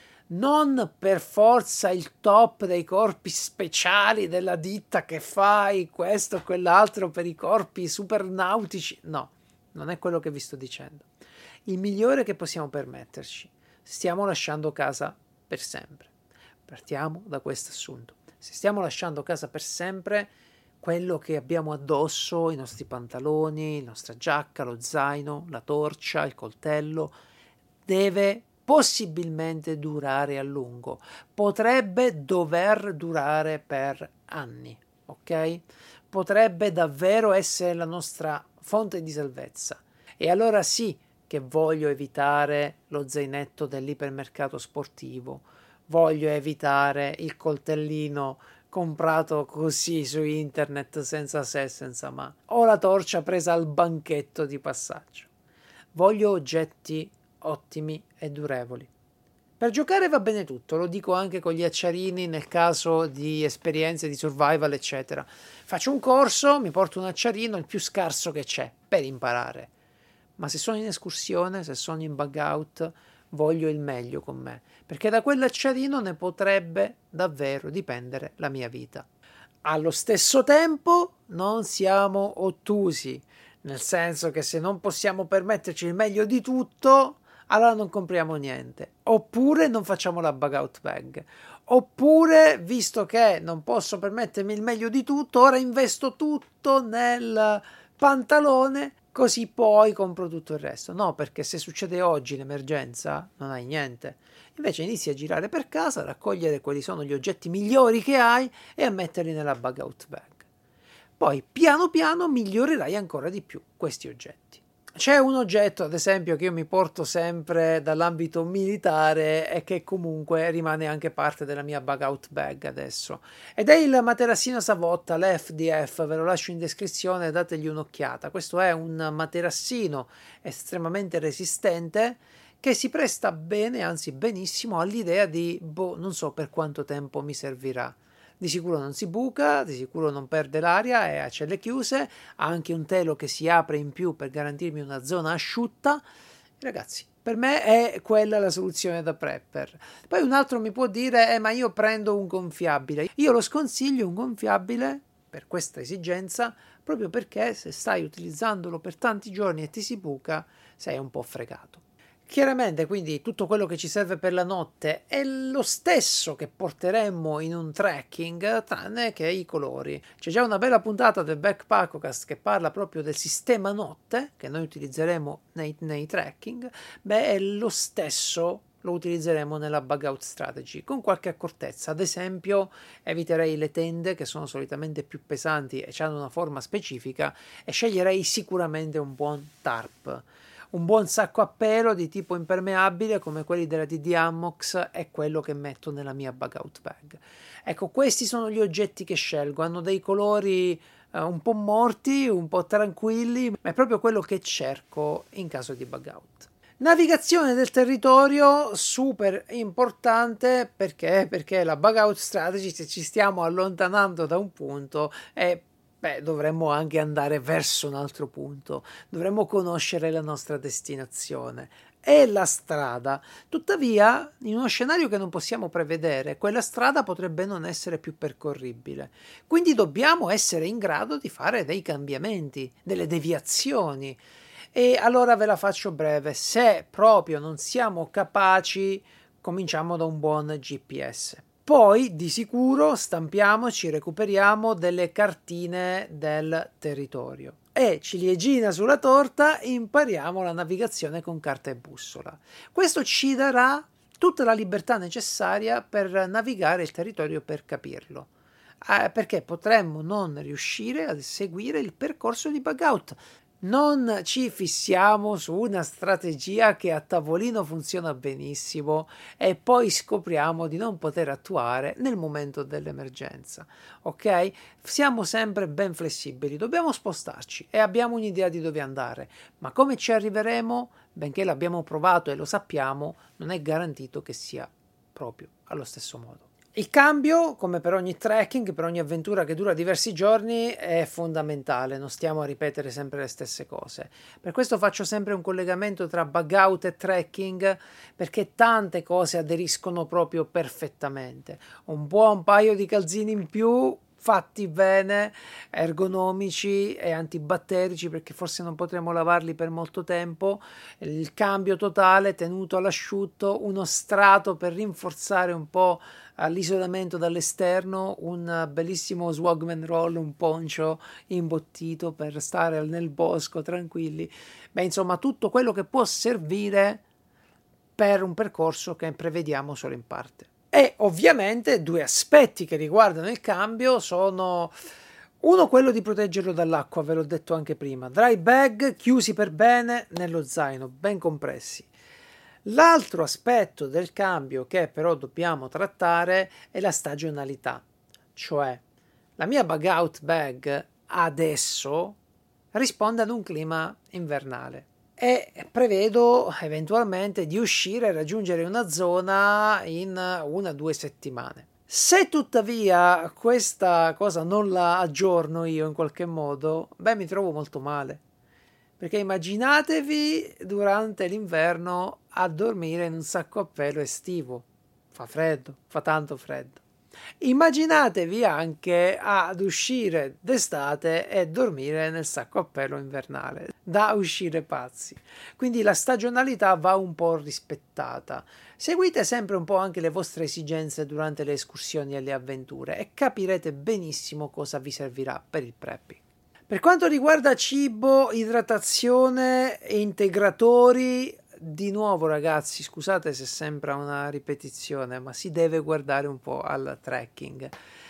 Non per forza il top dei corpi speciali della ditta che fai questo o quell'altro per i corpi supernautici. No, non è quello che vi sto dicendo. Il migliore che possiamo permetterci. Stiamo lasciando casa per sempre. Partiamo da questo assunto. Se stiamo lasciando casa per sempre, quello che abbiamo addosso, i nostri pantaloni, la nostra giacca, lo zaino, la torcia, il coltello, deve possibilmente durare a lungo. Potrebbe dover durare per anni, ok? Potrebbe davvero essere la nostra fonte di salvezza. E allora sì che voglio evitare lo zainetto dell'ipermercato sportivo, voglio evitare il coltellino comprato così su internet senza se e senza ma, o la torcia presa al banchetto di passaggio. Voglio oggetti ottimi e durevoli. Per giocare va bene tutto, lo dico anche con gli acciarini nel caso di esperienze di survival, eccetera. Faccio un corso, mi porto un acciarino, il più scarso che c'è, per imparare. Ma se sono in escursione, se sono in bug out, voglio il meglio con me, perché da quell'acciarino ne potrebbe davvero dipendere la mia vita. Allo stesso tempo non siamo ottusi, nel senso che se non possiamo permetterci il meglio di tutto, allora non compriamo niente, oppure non facciamo la bug out bag, oppure, visto che non posso permettermi il meglio di tutto, ora investo tutto nel pantalone, così poi compro tutto il resto. No, perché se succede oggi l'emergenza non hai niente. Invece inizi a girare per casa, a raccogliere quali sono gli oggetti migliori che hai e a metterli nella bug out bag. Poi piano piano migliorerai ancora di più questi oggetti. C'è un oggetto, ad esempio, che io mi porto sempre dall'ambito militare e che comunque rimane anche parte della mia bug out bag adesso. Ed è il materassino Savotta, l'F D F, ve lo lascio in descrizione, dategli un'occhiata. Questo è un materassino estremamente resistente che si presta bene, anzi benissimo, all'idea di, boh, non so per quanto tempo mi servirà. Di sicuro non si buca, di sicuro non perde l'aria, è a celle chiuse, ha anche un telo che si apre in più per garantirmi una zona asciutta. Ragazzi, per me è quella la soluzione da prepper. Poi un altro mi può dire, eh, ma io prendo un gonfiabile. Io lo sconsiglio un gonfiabile per questa esigenza, proprio perché se stai utilizzandolo per tanti giorni e ti si buca, sei un po' fregato. Chiaramente, quindi, tutto quello che ci serve per la notte è lo stesso che porteremmo in un trekking, tranne che i colori. C'è già una bella puntata del Backpackocast che parla proprio del sistema notte, che noi utilizzeremo nei, nei trekking. Beh, è lo stesso, lo utilizzeremo nella bug out strategy, con qualche accortezza. Ad esempio, eviterei le tende, che sono solitamente più pesanti e hanno una forma specifica, e sceglierei sicuramente un buon tarp. Un buon sacco a pelo di tipo impermeabile come quelli della D D Amox è quello che metto nella mia bug out bag. Ecco, questi sono gli oggetti che scelgo, hanno dei colori uh, un po' morti, un po' tranquilli, ma è proprio quello che cerco in caso di bug out. Navigazione del territorio, super importante, perché? Perché la bug out strategy, se ci stiamo allontanando da un punto, è Beh, dovremmo anche andare verso un altro punto, dovremmo conoscere la nostra destinazione e la strada. Tuttavia, in uno scenario che non possiamo prevedere, quella strada potrebbe non essere più percorribile. Quindi dobbiamo essere in grado di fare dei cambiamenti, delle deviazioni. E allora ve la faccio breve. Se proprio non siamo capaci, cominciamo da un buon G P S. Poi di sicuro stampiamoci, recuperiamo delle cartine del territorio e, ciliegina sulla torta, impariamo la navigazione con carta e bussola. Questo ci darà tutta la libertà necessaria per navigare il territorio, per capirlo, eh, perché potremmo non riuscire a seguire il percorso di bug out. Non ci fissiamo su una strategia che a tavolino funziona benissimo e poi scopriamo di non poter attuare nel momento dell'emergenza. Ok? Siamo sempre ben flessibili, dobbiamo spostarci e abbiamo un'idea di dove andare, ma come ci arriveremo, benché l'abbiamo provato e lo sappiamo, non è garantito che sia proprio allo stesso modo. Il cambio, come per ogni trekking, per ogni avventura che dura diversi giorni, è fondamentale, non stiamo a ripetere sempre le stesse cose. Per questo faccio sempre un collegamento tra bug out e trekking, perché tante cose aderiscono proprio perfettamente. Un buon paio di calzini in più, fatti bene, ergonomici e antibatterici, perché forse non potremo lavarli per molto tempo, il cambio totale tenuto all'asciutto, uno strato per rinforzare un po' all'isolamento dall'esterno, un bellissimo Swagman roll, un poncio imbottito per stare nel bosco tranquilli. Beh, insomma, tutto quello che può servire per un percorso che prevediamo solo in parte. E ovviamente due aspetti che riguardano il cambio sono Uno, quello di proteggerlo dall'acqua, ve l'ho detto anche prima. Dry bag chiusi per bene nello zaino, ben compressi. L'altro aspetto del cambio che però dobbiamo trattare è la stagionalità, cioè la mia bug out bag adesso risponde ad un clima invernale e prevedo eventualmente di uscire e raggiungere una zona in una o due settimane. Se tuttavia questa cosa non la aggiorno io in qualche modo, beh, mi trovo molto male. Perché immaginatevi durante l'inverno a dormire in un sacco a pelo estivo. Fa freddo, fa tanto freddo. Immaginatevi anche ad uscire d'estate e dormire nel sacco a pelo invernale, da uscire pazzi. Quindi la stagionalità va un po' rispettata. Seguite sempre un po' anche le vostre esigenze durante le escursioni e le avventure e capirete benissimo cosa vi servirà per il prepping. Per quanto riguarda cibo, idratazione e integratori, di nuovo ragazzi, scusate se sembra una ripetizione, ma si deve guardare un po' al trekking.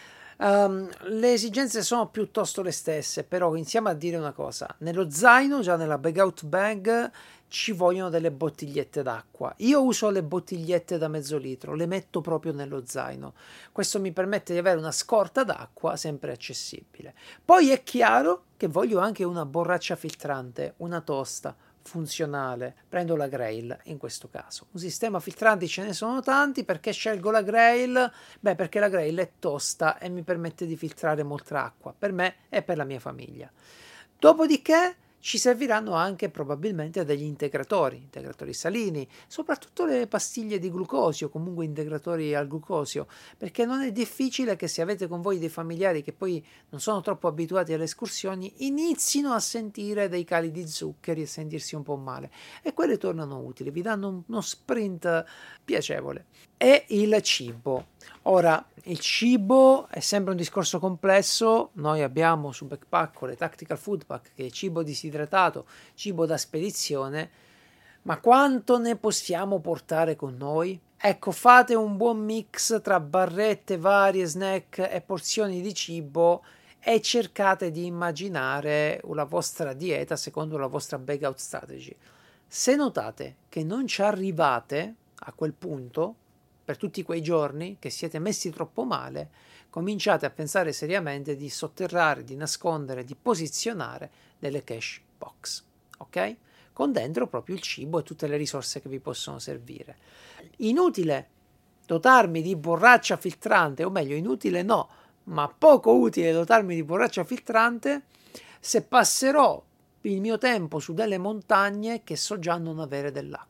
Um, le esigenze sono piuttosto le stesse, però iniziamo a dire una cosa. Nello zaino, già nella bag out bag, ci vogliono delle bottigliette d'acqua. Io uso le bottigliette da mezzo litro, le metto proprio nello zaino. Questo mi permette di avere una scorta d'acqua sempre accessibile. Poi è chiaro che voglio anche una borraccia filtrante, una tosta funzionale. Prendo la Grail in questo caso. Un sistema filtranti ce ne sono tanti. Perché scelgo la Grail? Beh, perché la Grail è tosta e mi permette di filtrare molta acqua per me e per la mia famiglia. Dopodiché ci serviranno anche probabilmente degli integratori, integratori salini, soprattutto le pastiglie di glucosio, comunque integratori al glucosio, perché non è difficile che se avete con voi dei familiari che poi non sono troppo abituati alle escursioni, inizino a sentire dei cali di zuccheri e sentirsi un po' male, e quelle tornano utili, vi danno uno sprint piacevole. E il cibo. Ora, il cibo è sempre un discorso complesso. Noi abbiamo su Backpacko le Tactical Food Pack, che è cibo disidratato, cibo da spedizione, ma quanto ne possiamo portare con noi? Ecco, fate un buon mix tra barrette, varie snack e porzioni di cibo e cercate di immaginare la vostra dieta secondo la vostra bag out strategy. Se notate che non ci arrivate a quel punto, per tutti quei giorni che siete messi troppo male, cominciate a pensare seriamente di sotterrare, di nascondere, di posizionare delle cache box, ok? Con dentro proprio il cibo e tutte le risorse che vi possono servire. Inutile dotarmi di borraccia filtrante, o meglio, inutile no, ma poco utile dotarmi di borraccia filtrante se passerò il mio tempo su delle montagne che so già non avere dell'acqua.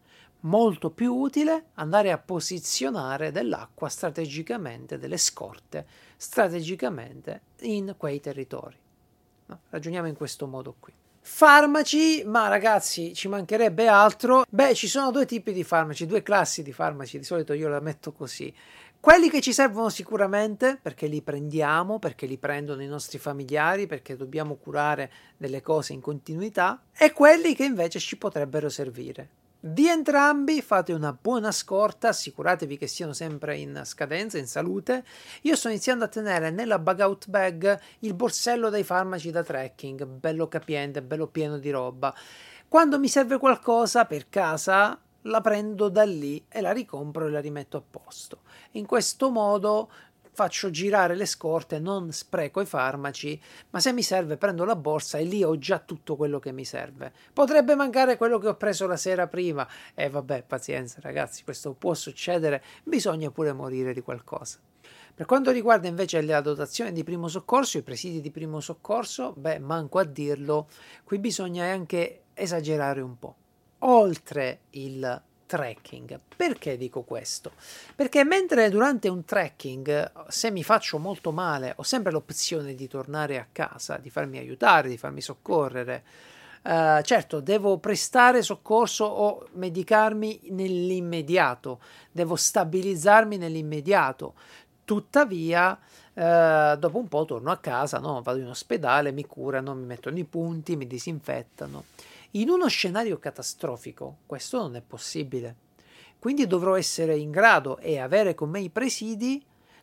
Molto più utile andare a posizionare dell'acqua strategicamente, delle scorte strategicamente in quei territori. No? Ragioniamo in questo modo qui. Farmaci, ma ragazzi, ci mancherebbe altro. Beh, ci sono due tipi di farmaci, due classi di farmaci, di solito io la metto così. Quelli che ci servono sicuramente, perché li prendiamo, perché li prendono i nostri familiari, perché dobbiamo curare delle cose in continuità, e quelli che invece ci potrebbero servire. Di entrambi fate una buona scorta, assicuratevi che siano sempre in scadenza, in salute. Io sto iniziando a tenere nella bug out bag il borsello dei farmaci da trekking, bello capiente, bello pieno di roba. Quando mi serve qualcosa per casa, la prendo da lì e la ricompro e la rimetto a posto. In questo modo faccio girare le scorte, non spreco i farmaci, ma se mi serve prendo la borsa e lì ho già tutto quello che mi serve. Potrebbe mancare quello che ho preso la sera prima, e vabbè, pazienza ragazzi, questo può succedere, bisogna pure morire di qualcosa. Per quanto riguarda invece la dotazione di primo soccorso, i presidi di primo soccorso, beh, manco a dirlo, qui bisogna anche esagerare un po'. Oltre il trekking. Perché dico questo? Perché mentre durante un trekking, se mi faccio molto male, ho sempre l'opzione di tornare a casa, di farmi aiutare, di farmi soccorrere. Uh, certo, devo prestare soccorso o medicarmi nell'immediato, devo stabilizzarmi nell'immediato. Tuttavia, uh, dopo un po' torno a casa, no? Vado in ospedale, mi curano, mi mettono i punti, mi disinfettano. In uno scenario catastrofico questo non è possibile, quindi dovrò essere in grado e avere con me i presidi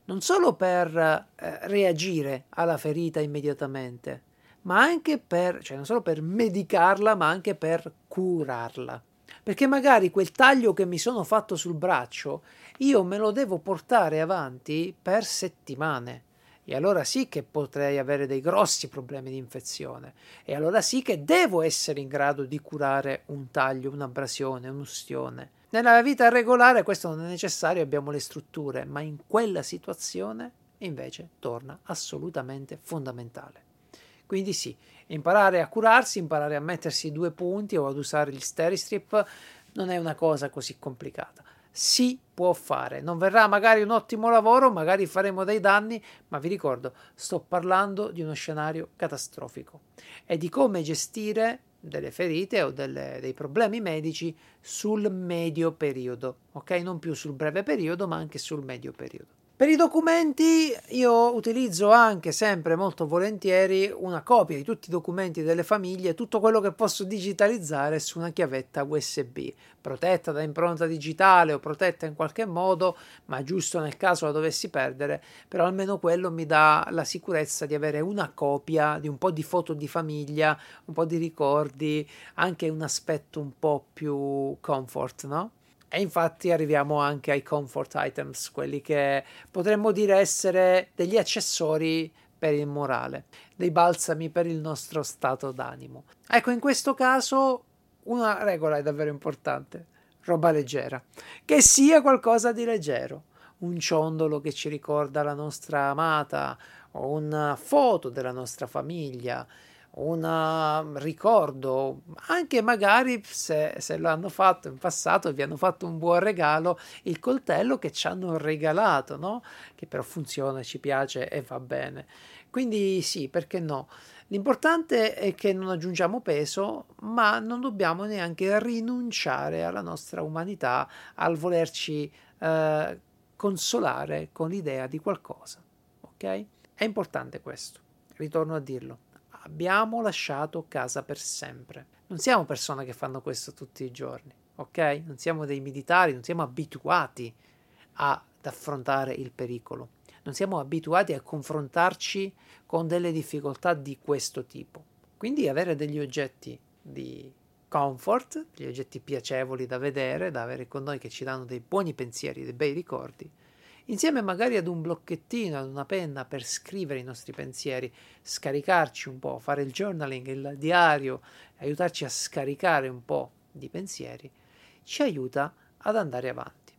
non solo per eh, reagire alla ferita immediatamente, ma anche per, cioè non solo per medicarla, ma anche per curarla. Perché magari quel taglio che mi sono fatto sul braccio, io me lo devo portare avanti per settimane. E allora sì che potrei avere dei grossi problemi di infezione. E allora sì che devo essere in grado di curare un taglio, un'abrasione, un'ustione. Nella vita regolare questo non è necessario, abbiamo le strutture, ma in quella situazione invece torna assolutamente fondamentale. Quindi sì, imparare a curarsi, imparare a mettersi due punti o ad usare gli Steri-Strip non è una cosa così complicata. Si può fare, non verrà magari un ottimo lavoro, magari faremo dei danni, ma vi ricordo, sto parlando di uno scenario catastrofico e di come gestire delle ferite o delle, dei problemi medici sul medio periodo, ok? Non più sul breve periodo, ma anche sul medio periodo. Per i documenti io utilizzo anche sempre molto volentieri una copia di tutti i documenti delle famiglie, tutto quello che posso digitalizzare su una chiavetta U S B, protetta da impronta digitale o protetta in qualche modo, ma giusto nel caso la dovessi perdere, però almeno quello mi dà la sicurezza di avere una copia di un po' di foto di famiglia, un po' di ricordi, anche un aspetto un po' più comfort, no? E infatti arriviamo anche ai comfort items, quelli che potremmo dire essere degli accessori per il morale, dei balsami per il nostro stato d'animo. Ecco, in questo caso una regola è davvero importante: roba leggera, che sia qualcosa di leggero, un ciondolo che ci ricorda la nostra amata, o una foto della nostra famiglia, un ricordo, anche magari se, se lo hanno fatto in passato e vi hanno fatto un buon regalo, il coltello che ci hanno regalato, no? Che però funziona, ci piace e va bene. Quindi sì, perché no? L'importante è che non aggiungiamo peso, ma non dobbiamo neanche rinunciare alla nostra umanità, al volerci eh, consolare con l'idea di qualcosa, ok? È importante questo, ritorno a dirlo. Abbiamo lasciato casa per sempre. Non siamo persone che fanno questo tutti i giorni, ok? Non siamo dei militari, non siamo abituati ad affrontare il pericolo. Non siamo abituati a confrontarci con delle difficoltà di questo tipo. Quindi avere degli oggetti di comfort, degli oggetti piacevoli da vedere, da avere con noi che ci danno dei buoni pensieri, dei bei ricordi, insieme magari ad un blocchettino, ad una penna per scrivere i nostri pensieri, scaricarci un po', fare il journaling, il diario, aiutarci a scaricare un po' di pensieri, ci aiuta ad andare avanti.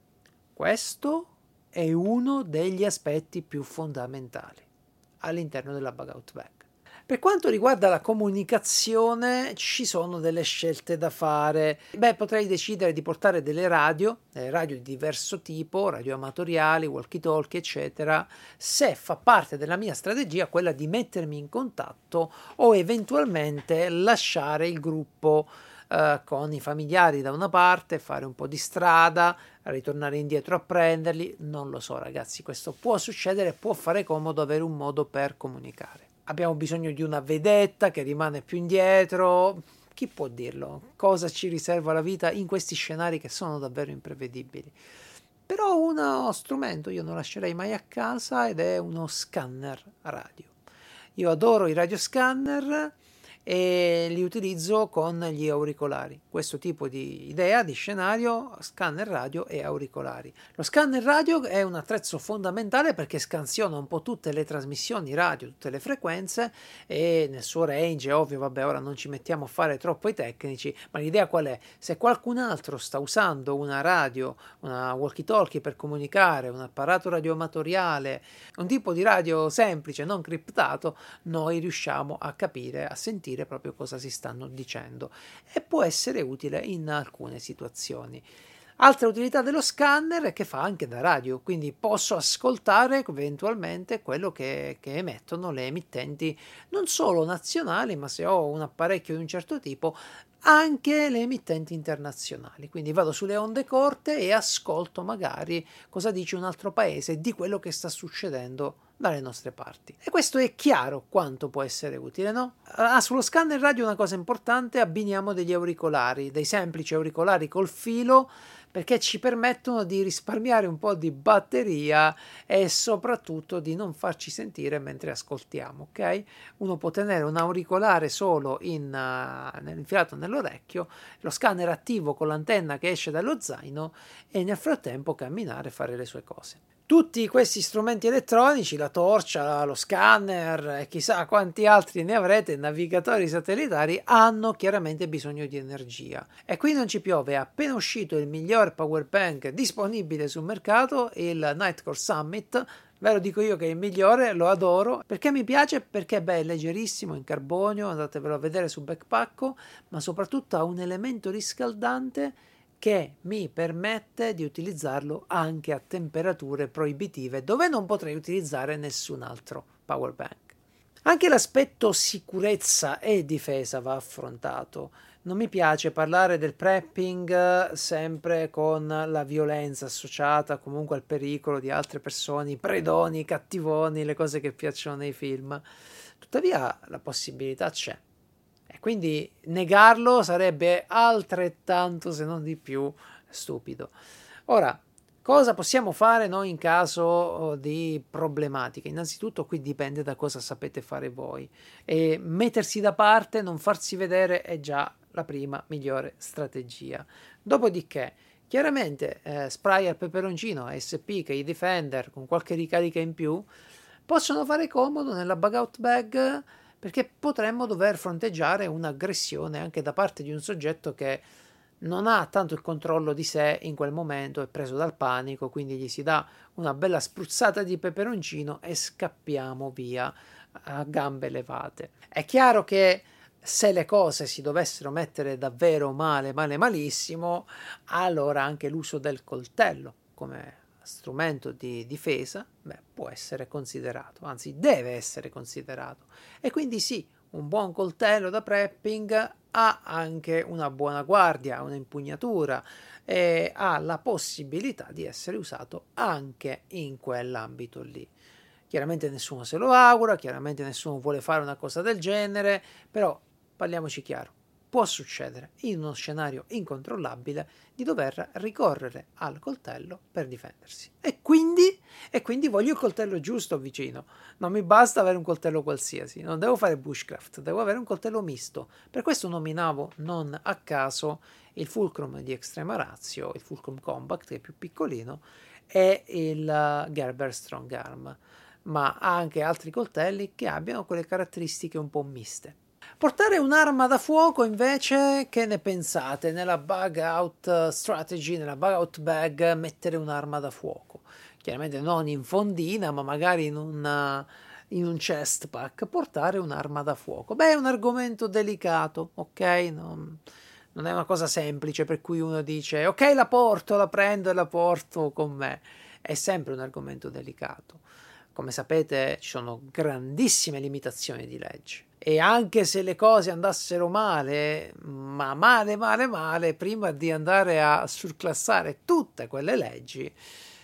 Questo è uno degli aspetti più fondamentali all'interno della Bug Out Bag. Per quanto riguarda la comunicazione, ci sono delle scelte da fare. Beh, potrei decidere di portare delle radio, delle radio di diverso tipo, radio amatoriali, walkie-talkie, eccetera, se fa parte della mia strategia quella di mettermi in contatto o eventualmente lasciare il gruppo eh, con i familiari da una parte, fare un po' di strada, ritornare indietro a prenderli. Non lo so, ragazzi, questo può succedere, può fare comodo avere un modo per comunicare. Abbiamo bisogno di una vedetta che rimane più indietro. Chi può dirlo? Cosa ci riserva la vita in questi scenari che sono davvero imprevedibili? Però uno strumento io non lascerei mai a casa ed è uno scanner radio. Io adoro i radioscanner e li utilizzo con gli auricolari. Questo tipo di idea, di scenario, scanner radio e auricolari. Lo scanner radio è un attrezzo fondamentale perché scansiona un po' tutte le trasmissioni radio, tutte le frequenze, e nel suo range, è ovvio, vabbè, ora non ci mettiamo a fare troppo i tecnici, ma l'idea qual è? Se qualcun altro sta usando una radio, una walkie-talkie per comunicare, un apparato radioamatoriale, un tipo di radio semplice, non criptato, noi riusciamo a capire, a sentire proprio cosa si stanno dicendo, e può essere utile in alcune situazioni. Altra utilità dello scanner è che fa anche da radio, quindi posso ascoltare eventualmente quello che, che emettono le emittenti non solo nazionali, ma se ho un apparecchio di un certo tipo anche le emittenti internazionali. Quindi vado sulle onde corte e ascolto magari cosa dice un altro paese di quello che sta succedendo dalle nostre parti. E questo è chiaro quanto può essere utile, no? Ah, sullo scanner radio una cosa importante: abbiniamo degli auricolari, dei semplici auricolari col filo, perché ci permettono di risparmiare un po' di batteria e soprattutto di non farci sentire mentre ascoltiamo, ok? Uno può tenere un auricolare solo in, uh, infilato nell'orecchio, lo scanner attivo con l'antenna che esce dallo zaino e nel frattempo camminare e fare le sue cose. Tutti questi strumenti elettronici, la torcia, lo scanner e chissà quanti altri ne avrete, navigatori satellitari, hanno chiaramente bisogno di energia. E qui non ci piove, è appena uscito il miglior power bank disponibile sul mercato, il Nightcore Summit. Ve lo dico io che è il migliore, lo adoro, perché mi piace, perché beh, è leggerissimo, in carbonio, andatevelo a vedere su Backpacko, ma soprattutto ha un elemento riscaldante che mi permette di utilizzarlo anche a temperature proibitive dove non potrei utilizzare nessun altro power bank. Anche l'aspetto sicurezza e difesa va affrontato. Non mi piace parlare del prepping sempre con la violenza associata comunque al pericolo di altre persone, i predoni, cattivoni, le cose che piacciono nei film. Tuttavia la possibilità c'è. E quindi negarlo sarebbe altrettanto, se non di più, stupido. Ora, cosa possiamo fare noi in caso di problematiche? Innanzitutto qui dipende da cosa sapete fare voi. E mettersi da parte, non farsi vedere è già la prima migliore strategia. Dopodiché, chiaramente eh, spray al peperoncino A S P che i Defender con qualche ricarica in più possono fare comodo nella bug out bag, perché potremmo dover fronteggiare un'aggressione anche da parte di un soggetto che non ha tanto il controllo di sé in quel momento, è preso dal panico, quindi gli si dà una bella spruzzata di peperoncino e scappiamo via a gambe levate. È chiaro che se le cose si dovessero mettere davvero male, male, malissimo, allora anche l'uso del coltello come strumento di difesa, beh, può essere considerato, anzi deve essere considerato. E quindi sì, un buon coltello da prepping ha anche una buona guardia, un'impugnatura e ha la possibilità di essere usato anche in quell'ambito lì. Chiaramente nessuno se lo augura, chiaramente nessuno vuole fare una cosa del genere, però parliamoci chiaro. Può succedere in uno scenario incontrollabile di dover ricorrere al coltello per difendersi. E quindi, e quindi voglio il coltello giusto vicino. Non mi basta avere un coltello qualsiasi, non devo fare bushcraft, devo avere un coltello misto. Per questo nominavo non a caso il Fulcrum di Extrema Ratio, il Fulcrum Compact che è più piccolino, e il Gerber Strong Arm, ma anche altri coltelli che abbiano quelle caratteristiche un po' miste. Portare un'arma da fuoco invece, che ne pensate? Nella bug out strategy, nella bug out bag, mettere un'arma da fuoco. Chiaramente non in fondina, ma magari in, una, in un chest pack, portare un'arma da fuoco. Beh, è un argomento delicato, ok? Non, non è una cosa semplice per cui uno dice ok, la porto, la prendo e la porto con me. È sempre un argomento delicato. Come sapete ci sono grandissime limitazioni di legge. E anche se le cose andassero male, ma male, male, male, prima di andare a surclassare tutte quelle leggi,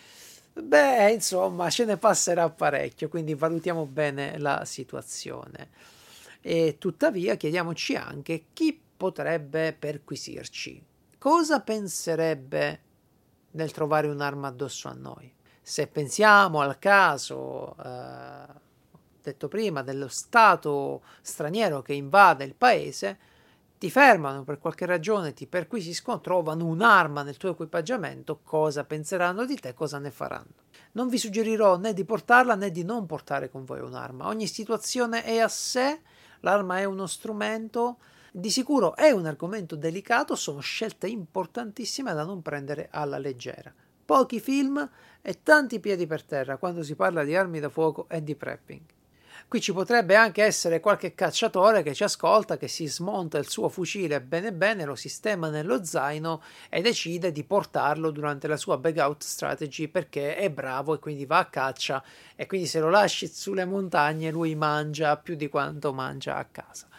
beh, insomma, ce ne passerà parecchio, quindi valutiamo bene la situazione. E tuttavia chiediamoci anche chi potrebbe perquisirci. Cosa penserebbe nel trovare un'arma addosso a noi? Se pensiamo al caso eh, detto prima dello stato straniero che invade il paese, ti fermano per qualche ragione, ti perquisiscono, trovano un'arma nel tuo equipaggiamento, cosa penseranno di te, cosa ne faranno? Non vi suggerirò né di portarla né di non portare con voi un'arma. Ogni situazione è a sé, l'arma è uno strumento, di sicuro è un argomento delicato, sono scelte importantissime da non prendere alla leggera. Pochi film e tanti piedi per terra quando si parla di armi da fuoco e di prepping. Qui ci potrebbe anche essere qualche cacciatore che ci ascolta, che si smonta il suo fucile bene bene, lo sistema nello zaino e decide di portarlo durante la sua bag out strategy perché è bravo e quindi va a caccia, e quindi se lo lasci sulle montagne lui mangia più di quanto mangia a casa.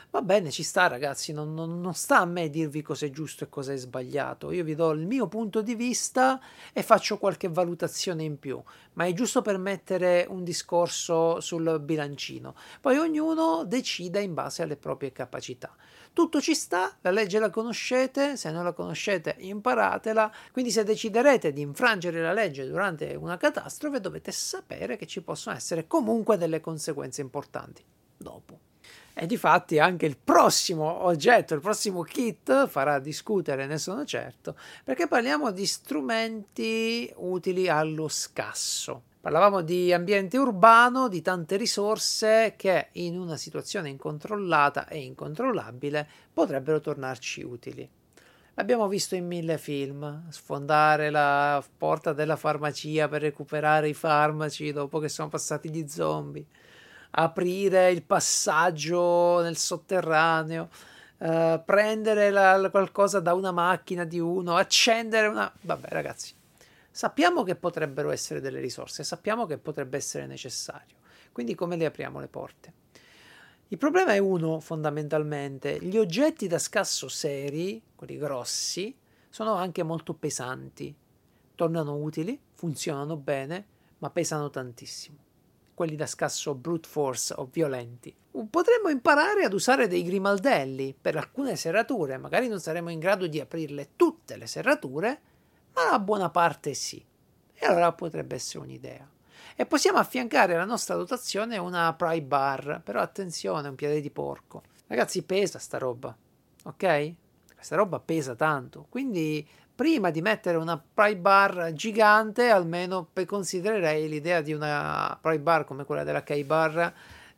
Va bene, ci sta ragazzi, non, non, non sta a me dirvi cosa è giusto e cosa è sbagliato, io vi do il mio punto di vista e faccio qualche valutazione in più, ma è giusto per mettere un discorso sul bilancino, poi ognuno decida in base alle proprie capacità. Tutto ci sta, la legge la conoscete, se non la conoscete imparatela, quindi se deciderete di infrangere la legge durante una catastrofe dovete sapere che ci possono essere comunque delle conseguenze importanti dopo. E difatti anche il prossimo oggetto, il prossimo kit farà discutere, ne sono certo, perché parliamo di strumenti utili allo scasso. Parlavamo di ambiente urbano, di tante risorse che in una situazione incontrollata e incontrollabile potrebbero tornarci utili. L'abbiamo visto in mille film, sfondare la porta della farmacia per recuperare i farmaci dopo che sono passati gli zombie, aprire il passaggio nel sotterraneo, uh, prendere la, qualcosa da una macchina di uno, accendere una... Vabbè ragazzi, sappiamo che potrebbero essere delle risorse, sappiamo che potrebbe essere necessario, quindi come le apriamo le porte? Il problema è uno, fondamentalmente, gli oggetti da scasso seri, quelli grossi, sono anche molto pesanti, tornano utili, funzionano bene, ma pesano tantissimo. Quelli da scasso brute force o violenti. Potremmo imparare ad usare dei grimaldelli per alcune serrature, magari non saremo in grado di aprirle tutte le serrature, ma la buona parte sì. E allora potrebbe essere un'idea. E possiamo affiancare alla nostra dotazione una pry bar, però attenzione, un piede di porco. Ragazzi, pesa sta roba, ok? Questa roba pesa tanto, quindi prima di mettere una pry bar gigante, almeno considererei l'idea di una pry bar come quella della K-Bar,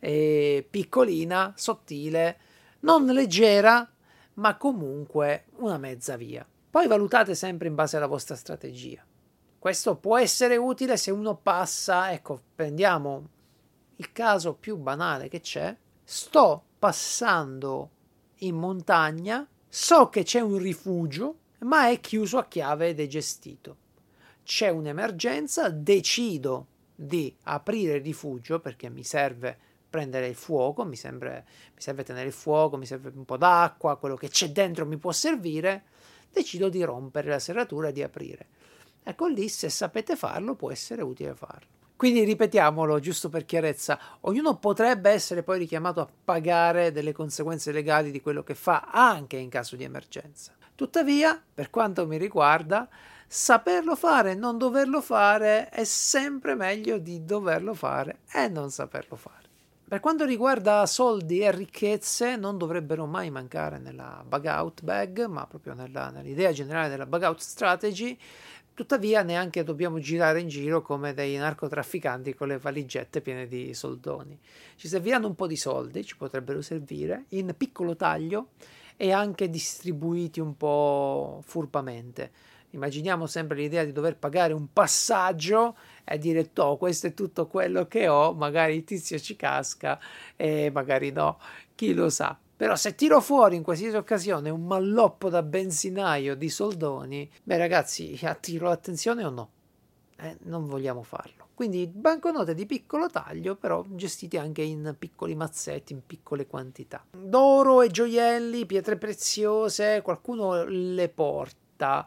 eh, piccolina, sottile, non leggera, ma comunque una mezza via. Poi valutate sempre in base alla vostra strategia. Questo può essere utile se uno passa, ecco, prendiamo il caso più banale che c'è, sto passando in montagna, so che c'è un rifugio, ma è chiuso a chiave ed è gestito. C'è un'emergenza, decido di aprire il rifugio perché mi serve prendere il fuoco, mi, sembra, mi serve tenere il fuoco, mi serve un po' d'acqua, quello che c'è dentro mi può servire, decido di rompere la serratura e di aprire. Ecco lì, se sapete farlo, può essere utile farlo. Quindi ripetiamolo, giusto per chiarezza, ognuno potrebbe essere poi richiamato a pagare delle conseguenze legali di quello che fa anche in caso di emergenza. Tuttavia, per quanto mi riguarda, saperlo fare e non doverlo fare è sempre meglio di doverlo fare e non saperlo fare. Per quanto riguarda soldi e ricchezze, non dovrebbero mai mancare nella bug out bag, ma proprio nella, nell'idea generale della bug out strategy. Tuttavia neanche dobbiamo girare in giro come dei narcotrafficanti con le valigette piene di soldoni. Ci serviranno un po' di soldi, ci potrebbero servire, in piccolo taglio e anche distribuiti un po' furbamente. Immaginiamo sempre l'idea di dover pagare un passaggio e dire oh, questo è tutto quello che ho, magari il tizio ci casca e magari no, chi lo sa. Però se tiro fuori in qualsiasi occasione un malloppo da benzinaio di soldoni, beh ragazzi, attiro l'attenzione o no? Eh, non vogliamo farlo. Quindi banconote di piccolo taglio, però gestite anche in piccoli mazzetti, in piccole quantità. D'oro e gioielli, pietre preziose, qualcuno le porta.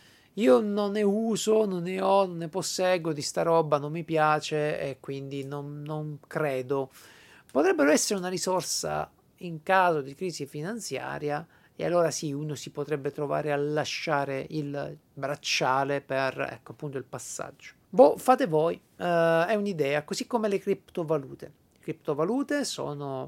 Io non ne uso, non ne ho, non ne posseggo di sta roba, non mi piace e quindi non, non credo. Potrebbero essere una risorsa in caso di crisi finanziaria e allora sì, uno si potrebbe trovare a lasciare il bracciale per, ecco appunto, il passaggio. Boh, fate voi, uh, è un'idea, così come le criptovalute. Le criptovalute sono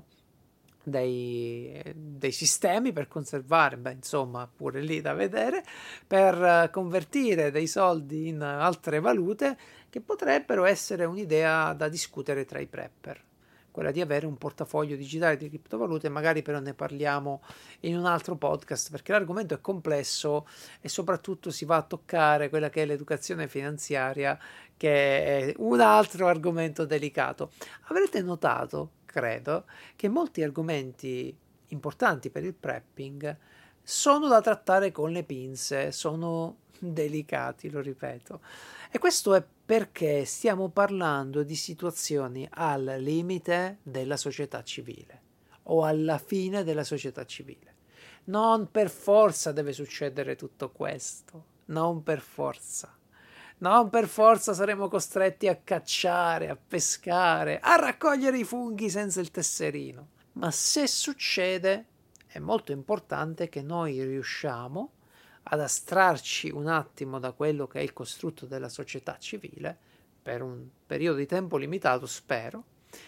dei, dei sistemi per conservare, beh insomma pure lì da vedere, per convertire dei soldi in altre valute che potrebbero essere un'idea da discutere tra i prepper. Quella di avere un portafoglio digitale di criptovalute, magari però ne parliamo in un altro podcast perché l'argomento è complesso e soprattutto si va a toccare quella che è l'educazione finanziaria, che è un altro argomento delicato. Avrete notato, credo, che molti argomenti importanti per il prepping sono da trattare con le pinze, sono delicati, lo ripeto. E questo è perché stiamo parlando di situazioni al limite della società civile. o alla fine della società civile. Non per forza deve succedere tutto questo, non per forza. Non per forza saremo costretti a cacciare, a pescare, a raccogliere i funghi senza il tesserino. Ma se succede, è molto importante che noi riusciamo ad astrarci un attimo da quello che è il costrutto della società civile, per un periodo di tempo limitato, spero,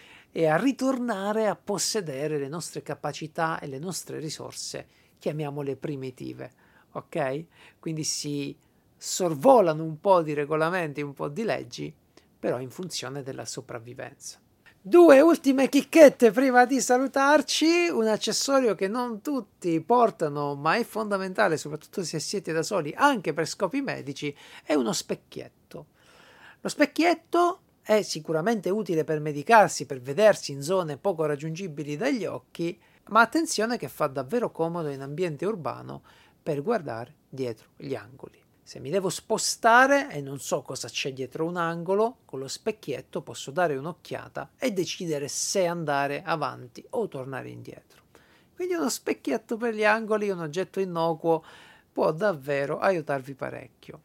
e a ritornare a possedere le nostre capacità e le nostre risorse, chiamiamole primitive, ok? Quindi si sorvolano un po' di regolamenti, un po' di leggi, però in funzione della sopravvivenza. Due ultime chicchette prima di salutarci. Un accessorio che non tutti portano, ma è fondamentale, soprattutto se siete da soli, anche per scopi medici, è uno specchietto. Lo specchietto è sicuramente utile per medicarsi, per vedersi in zone poco raggiungibili dagli occhi, ma attenzione che fa davvero comodo in ambiente urbano per guardare dietro gli angoli. Se mi devo spostare e non so cosa c'è dietro un angolo, con lo specchietto posso dare un'occhiata e decidere se andare avanti o tornare indietro. Quindi uno specchietto per gli angoli, un oggetto innocuo, può davvero aiutarvi parecchio.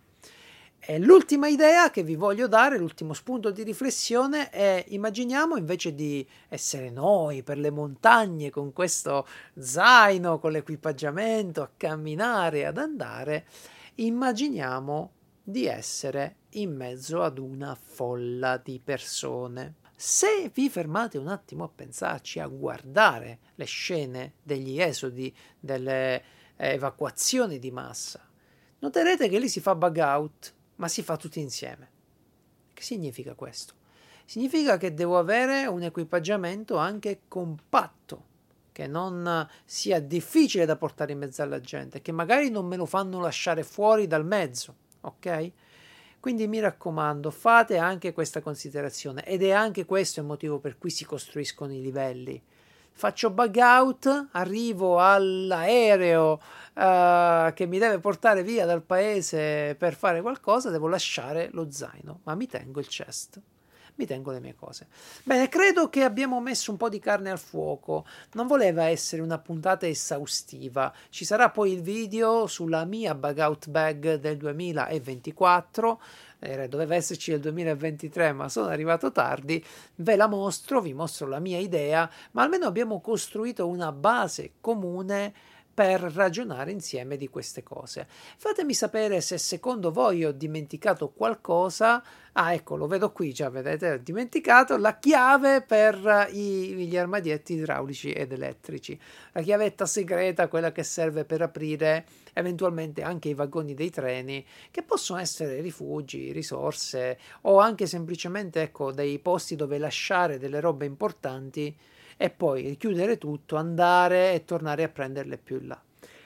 E l'ultima idea che vi voglio dare, l'ultimo spunto di riflessione è: immaginiamo, invece di essere noi per le montagne con questo zaino, con l'equipaggiamento, a camminare, ad andare, immaginiamo di essere in mezzo ad una folla di persone. Se vi fermate un attimo a pensarci, a guardare le scene degli esodi, delle evacuazioni di massa, noterete che lì si fa bug out, ma si fa tutti insieme. Che significa questo? Significa che devo avere un equipaggiamento anche compatto, che non sia difficile da portare in mezzo alla gente, che magari non me lo fanno lasciare fuori dal mezzo, ok? Quindi mi raccomando, fate anche questa considerazione, ed è anche questo il motivo per cui si costruiscono i livelli. Faccio bug out, arrivo all'aereo uh, che mi deve portare via dal paese per fare qualcosa, devo lasciare lo zaino, ma mi tengo il chest. Mi tengo le mie cose. Bene, credo che abbiamo messo un po' di carne al fuoco. Non voleva essere una puntata esaustiva. Ci sarà poi il video sulla mia bug out bag del duemilaventiquattro. Eh, doveva esserci nel duemilaventitré, ma sono arrivato tardi. Ve la mostro, vi mostro la mia idea, ma almeno abbiamo costruito una base comune per ragionare insieme di queste cose. Fatemi sapere se secondo voi ho dimenticato qualcosa. Ah, ecco, lo vedo qui, già vedete, ho dimenticato la chiave per i, gli armadietti idraulici ed elettrici. La chiavetta segreta, quella che serve per aprire eventualmente anche i vagoni dei treni, che possono essere rifugi, risorse o anche semplicemente, ecco, dei posti dove lasciare delle robe importanti e poi chiudere tutto, andare e tornare a prenderle più in là.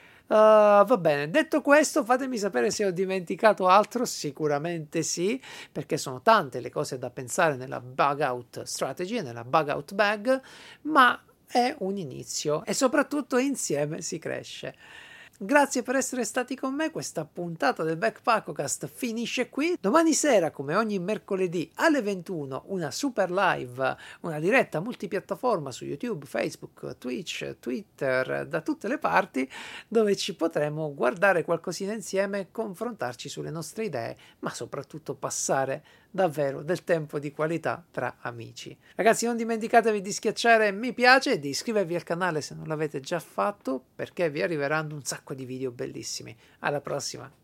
Uh, va bene, detto questo, fatemi sapere se ho dimenticato altro. Sicuramente sì, perché sono tante le cose da pensare nella bug out strategy, nella bug out bag, ma è un inizio e soprattutto insieme si cresce. Grazie per essere stati con me, questa puntata del BackPackoCast finisce qui. Domani sera, come ogni mercoledì alle ventuno, una super live, una diretta multipiattaforma su YouTube, Facebook, Twitch, Twitter, da tutte le parti, dove ci potremo guardare qualcosina insieme, confrontarci sulle nostre idee, ma soprattutto passare davvero del tempo di qualità tra amici. Ragazzi, non dimenticatevi di schiacciare mi piace e di iscrivervi al canale se non l'avete già fatto, perché vi arriveranno un sacco di video bellissimi. Alla prossima!